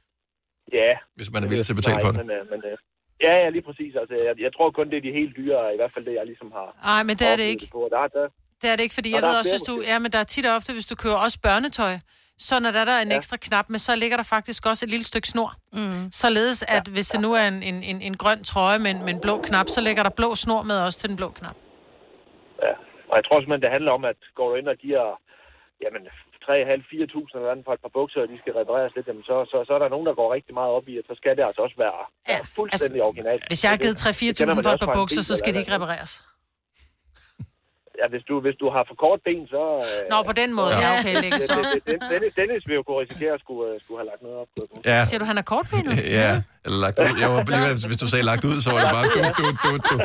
[SPEAKER 22] Ja.
[SPEAKER 1] Hvis man er villig til at betale
[SPEAKER 22] nej,
[SPEAKER 1] for det.
[SPEAKER 22] Men, men, ja, ja, lige præcis. Altså, jeg, jeg tror kun, det er de helt dyre, i hvert fald det, jeg ligesom har...
[SPEAKER 3] Nej, men det er det ikke.
[SPEAKER 22] Der, der,
[SPEAKER 3] det er det ikke, fordi jeg ved også, hvis du... Ja, men der er tit og ofte, hvis du køber også børnetøj, så når der, der er en ja. ekstra knap med, så ligger der faktisk også et lille stykke snor. Mm. Således, at ja. hvis det nu er en, en, en, en grøn trøje med en, med en blå knap, så ligger der blå snor med også til den blå knap.
[SPEAKER 22] Ja, og jeg tror simpelthen, det handler om, at går du ind og giver jamen, tre komma fem til fire tusind eller andet for et par bukser, og de skal repareres lidt, jamen, så, så, så er der nogen, der går rigtig meget op i, at så skal det altså også være ja. fuldstændig altså, originalt.
[SPEAKER 3] Hvis jeg har givet tre til fire tusind for et par bukser, så skal de ikke repareres.
[SPEAKER 22] Ja, hvis du, hvis du har for kort ben, så... Øh,
[SPEAKER 3] Nå, på den måde, ja, ja okay, lægge så.
[SPEAKER 22] Dennis, Dennis vil jo kunne risikere at skulle, uh, skulle have lagt noget op.
[SPEAKER 1] Ja.
[SPEAKER 3] Siger du, han er kortbenet?
[SPEAKER 1] Ja, eller lagt ud. Jeg var lige, hvis du sagde lagt ud, så var det bare du, du, du, du.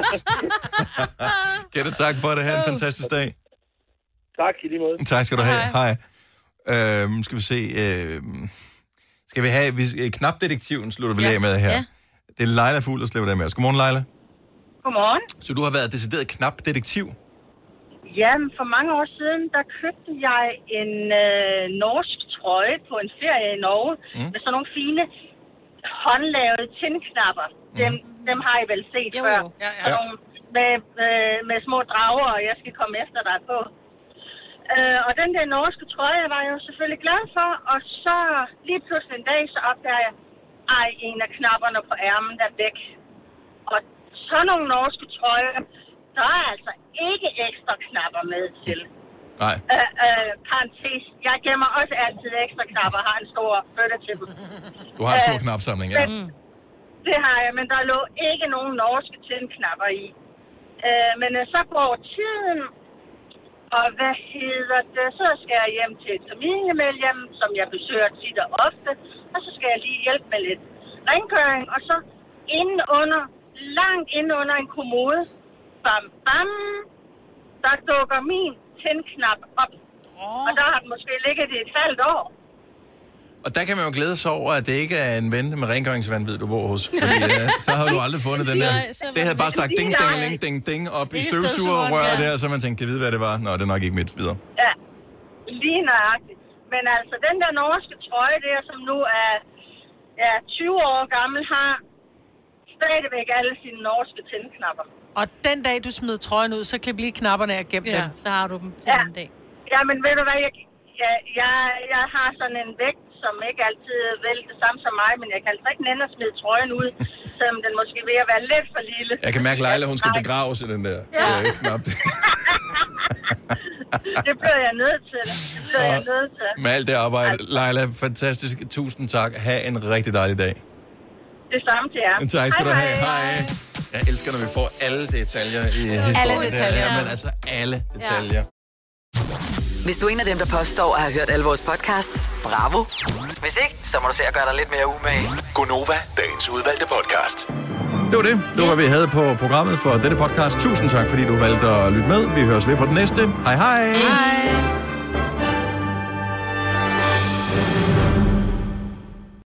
[SPEAKER 1] Kette, tak for det. Ha' en fantastisk dag.
[SPEAKER 22] Tak, i lige måde.
[SPEAKER 1] Tak skal du have. Hej. Hej. Øhm, skal vi se... Øhm, skal vi have... Vi, knapdetektiven slutter vi ja. af med her. Ja. Det er Leila Fugl, der slipper det med os. Godmorgen, Leila.
[SPEAKER 23] Godmorgen.
[SPEAKER 1] Så du har været decideret knapdetektiv?
[SPEAKER 23] Ja, for mange år siden, der købte jeg en øh, norsk trøje på en ferie i Norge, mm. med sådan nogle fine håndlavede tindknapper. Dem, mm. dem har I vel set jo, før. Ja, ja. Nogle, med, øh, med små drager, og jeg skal komme efter dig på. Øh, og den der norske trøje var jeg jo selvfølgelig glad for, og så lige pludselig en dag, så opdager jeg, ej, en af knapperne på ærmen er væk. Og sådan nogle norske trøjer, der er altså ikke ekstra knapper med til.
[SPEAKER 1] Nej.
[SPEAKER 23] Øh, øh, parentes. Jeg gemmer også altid ekstra knapper, har en stor bøtte til dem.
[SPEAKER 1] Du har en stor øh, knapsamling, ja.
[SPEAKER 23] Men, det har jeg, men der lå ikke nogen norske tindknapper i. Øh, men øh, så går tiden, og hvad hedder det? Så skal jeg hjem til et familiemedlem, som jeg besøger tit og ofte, og så skal jeg lige hjælpe med lidt rengøring, og så inden under, langt inde under en kommode, bam, bam, der dukker min tændknap op. Oh. Og der har den måske ligget i et halvt år.
[SPEAKER 1] Og der kan man jo glæde sig over, at det ikke er en ven med rengøringsvandvid, du bor hos. Fordi uh, så har du aldrig fundet den der. Det havde bare sagt ding, ding, ding, ding, ding op i støvsugerrøret der, så man tænkte, kan vide, hvad det var? Nå, det er nok ikke mit videre.
[SPEAKER 23] Ja, lige nøjagtigt. Men altså, den der norske trøje der, som nu er ja, tyve år gammel, har stadigvæk alle sine norske tændknapper.
[SPEAKER 3] Og den dag, du smider trøjen ud, så klip lige knapperne af og gem
[SPEAKER 2] ja,
[SPEAKER 3] dem.
[SPEAKER 2] så har du dem til
[SPEAKER 23] ja.
[SPEAKER 2] en dag.
[SPEAKER 23] Ja, men ved du hvad, jeg, jeg, jeg, jeg har sådan en vægt, som ikke altid er vel det samme som mig, men jeg kan altså ikke nænde at smide trøjen ud, selvom den måske er ved at være lidt for lille.
[SPEAKER 1] Jeg kan mærke, Leila, hun skal begraves i den der.
[SPEAKER 23] Ja.
[SPEAKER 1] Det er knap det.
[SPEAKER 23] Det bliver jeg nødt til. Det bliver jeg nødt til.
[SPEAKER 1] Med alt det arbejde. Leila, fantastisk. Tusind tak. Ha' en rigtig dejlig dag.
[SPEAKER 23] Det samme til jer.
[SPEAKER 1] Tak skal du have. Hej. Jeg elsker, når vi får alle detaljer i historien.
[SPEAKER 4] Alle detaljer.
[SPEAKER 1] Ja, men altså alle detaljer.
[SPEAKER 4] Hvis du er en af dem, der påstår at have hørt alle vores podcasts, bravo. Hvis ikke, så må du se at gøre dig lidt mere umage.
[SPEAKER 5] Gonova, dagens udvalgte podcast.
[SPEAKER 1] Det var det. Det var, hvad vi havde på programmet for denne podcast. Tusind tak, fordi du valgte at lytte med. Vi høres ved på den næste. Hej hej.
[SPEAKER 3] Hej.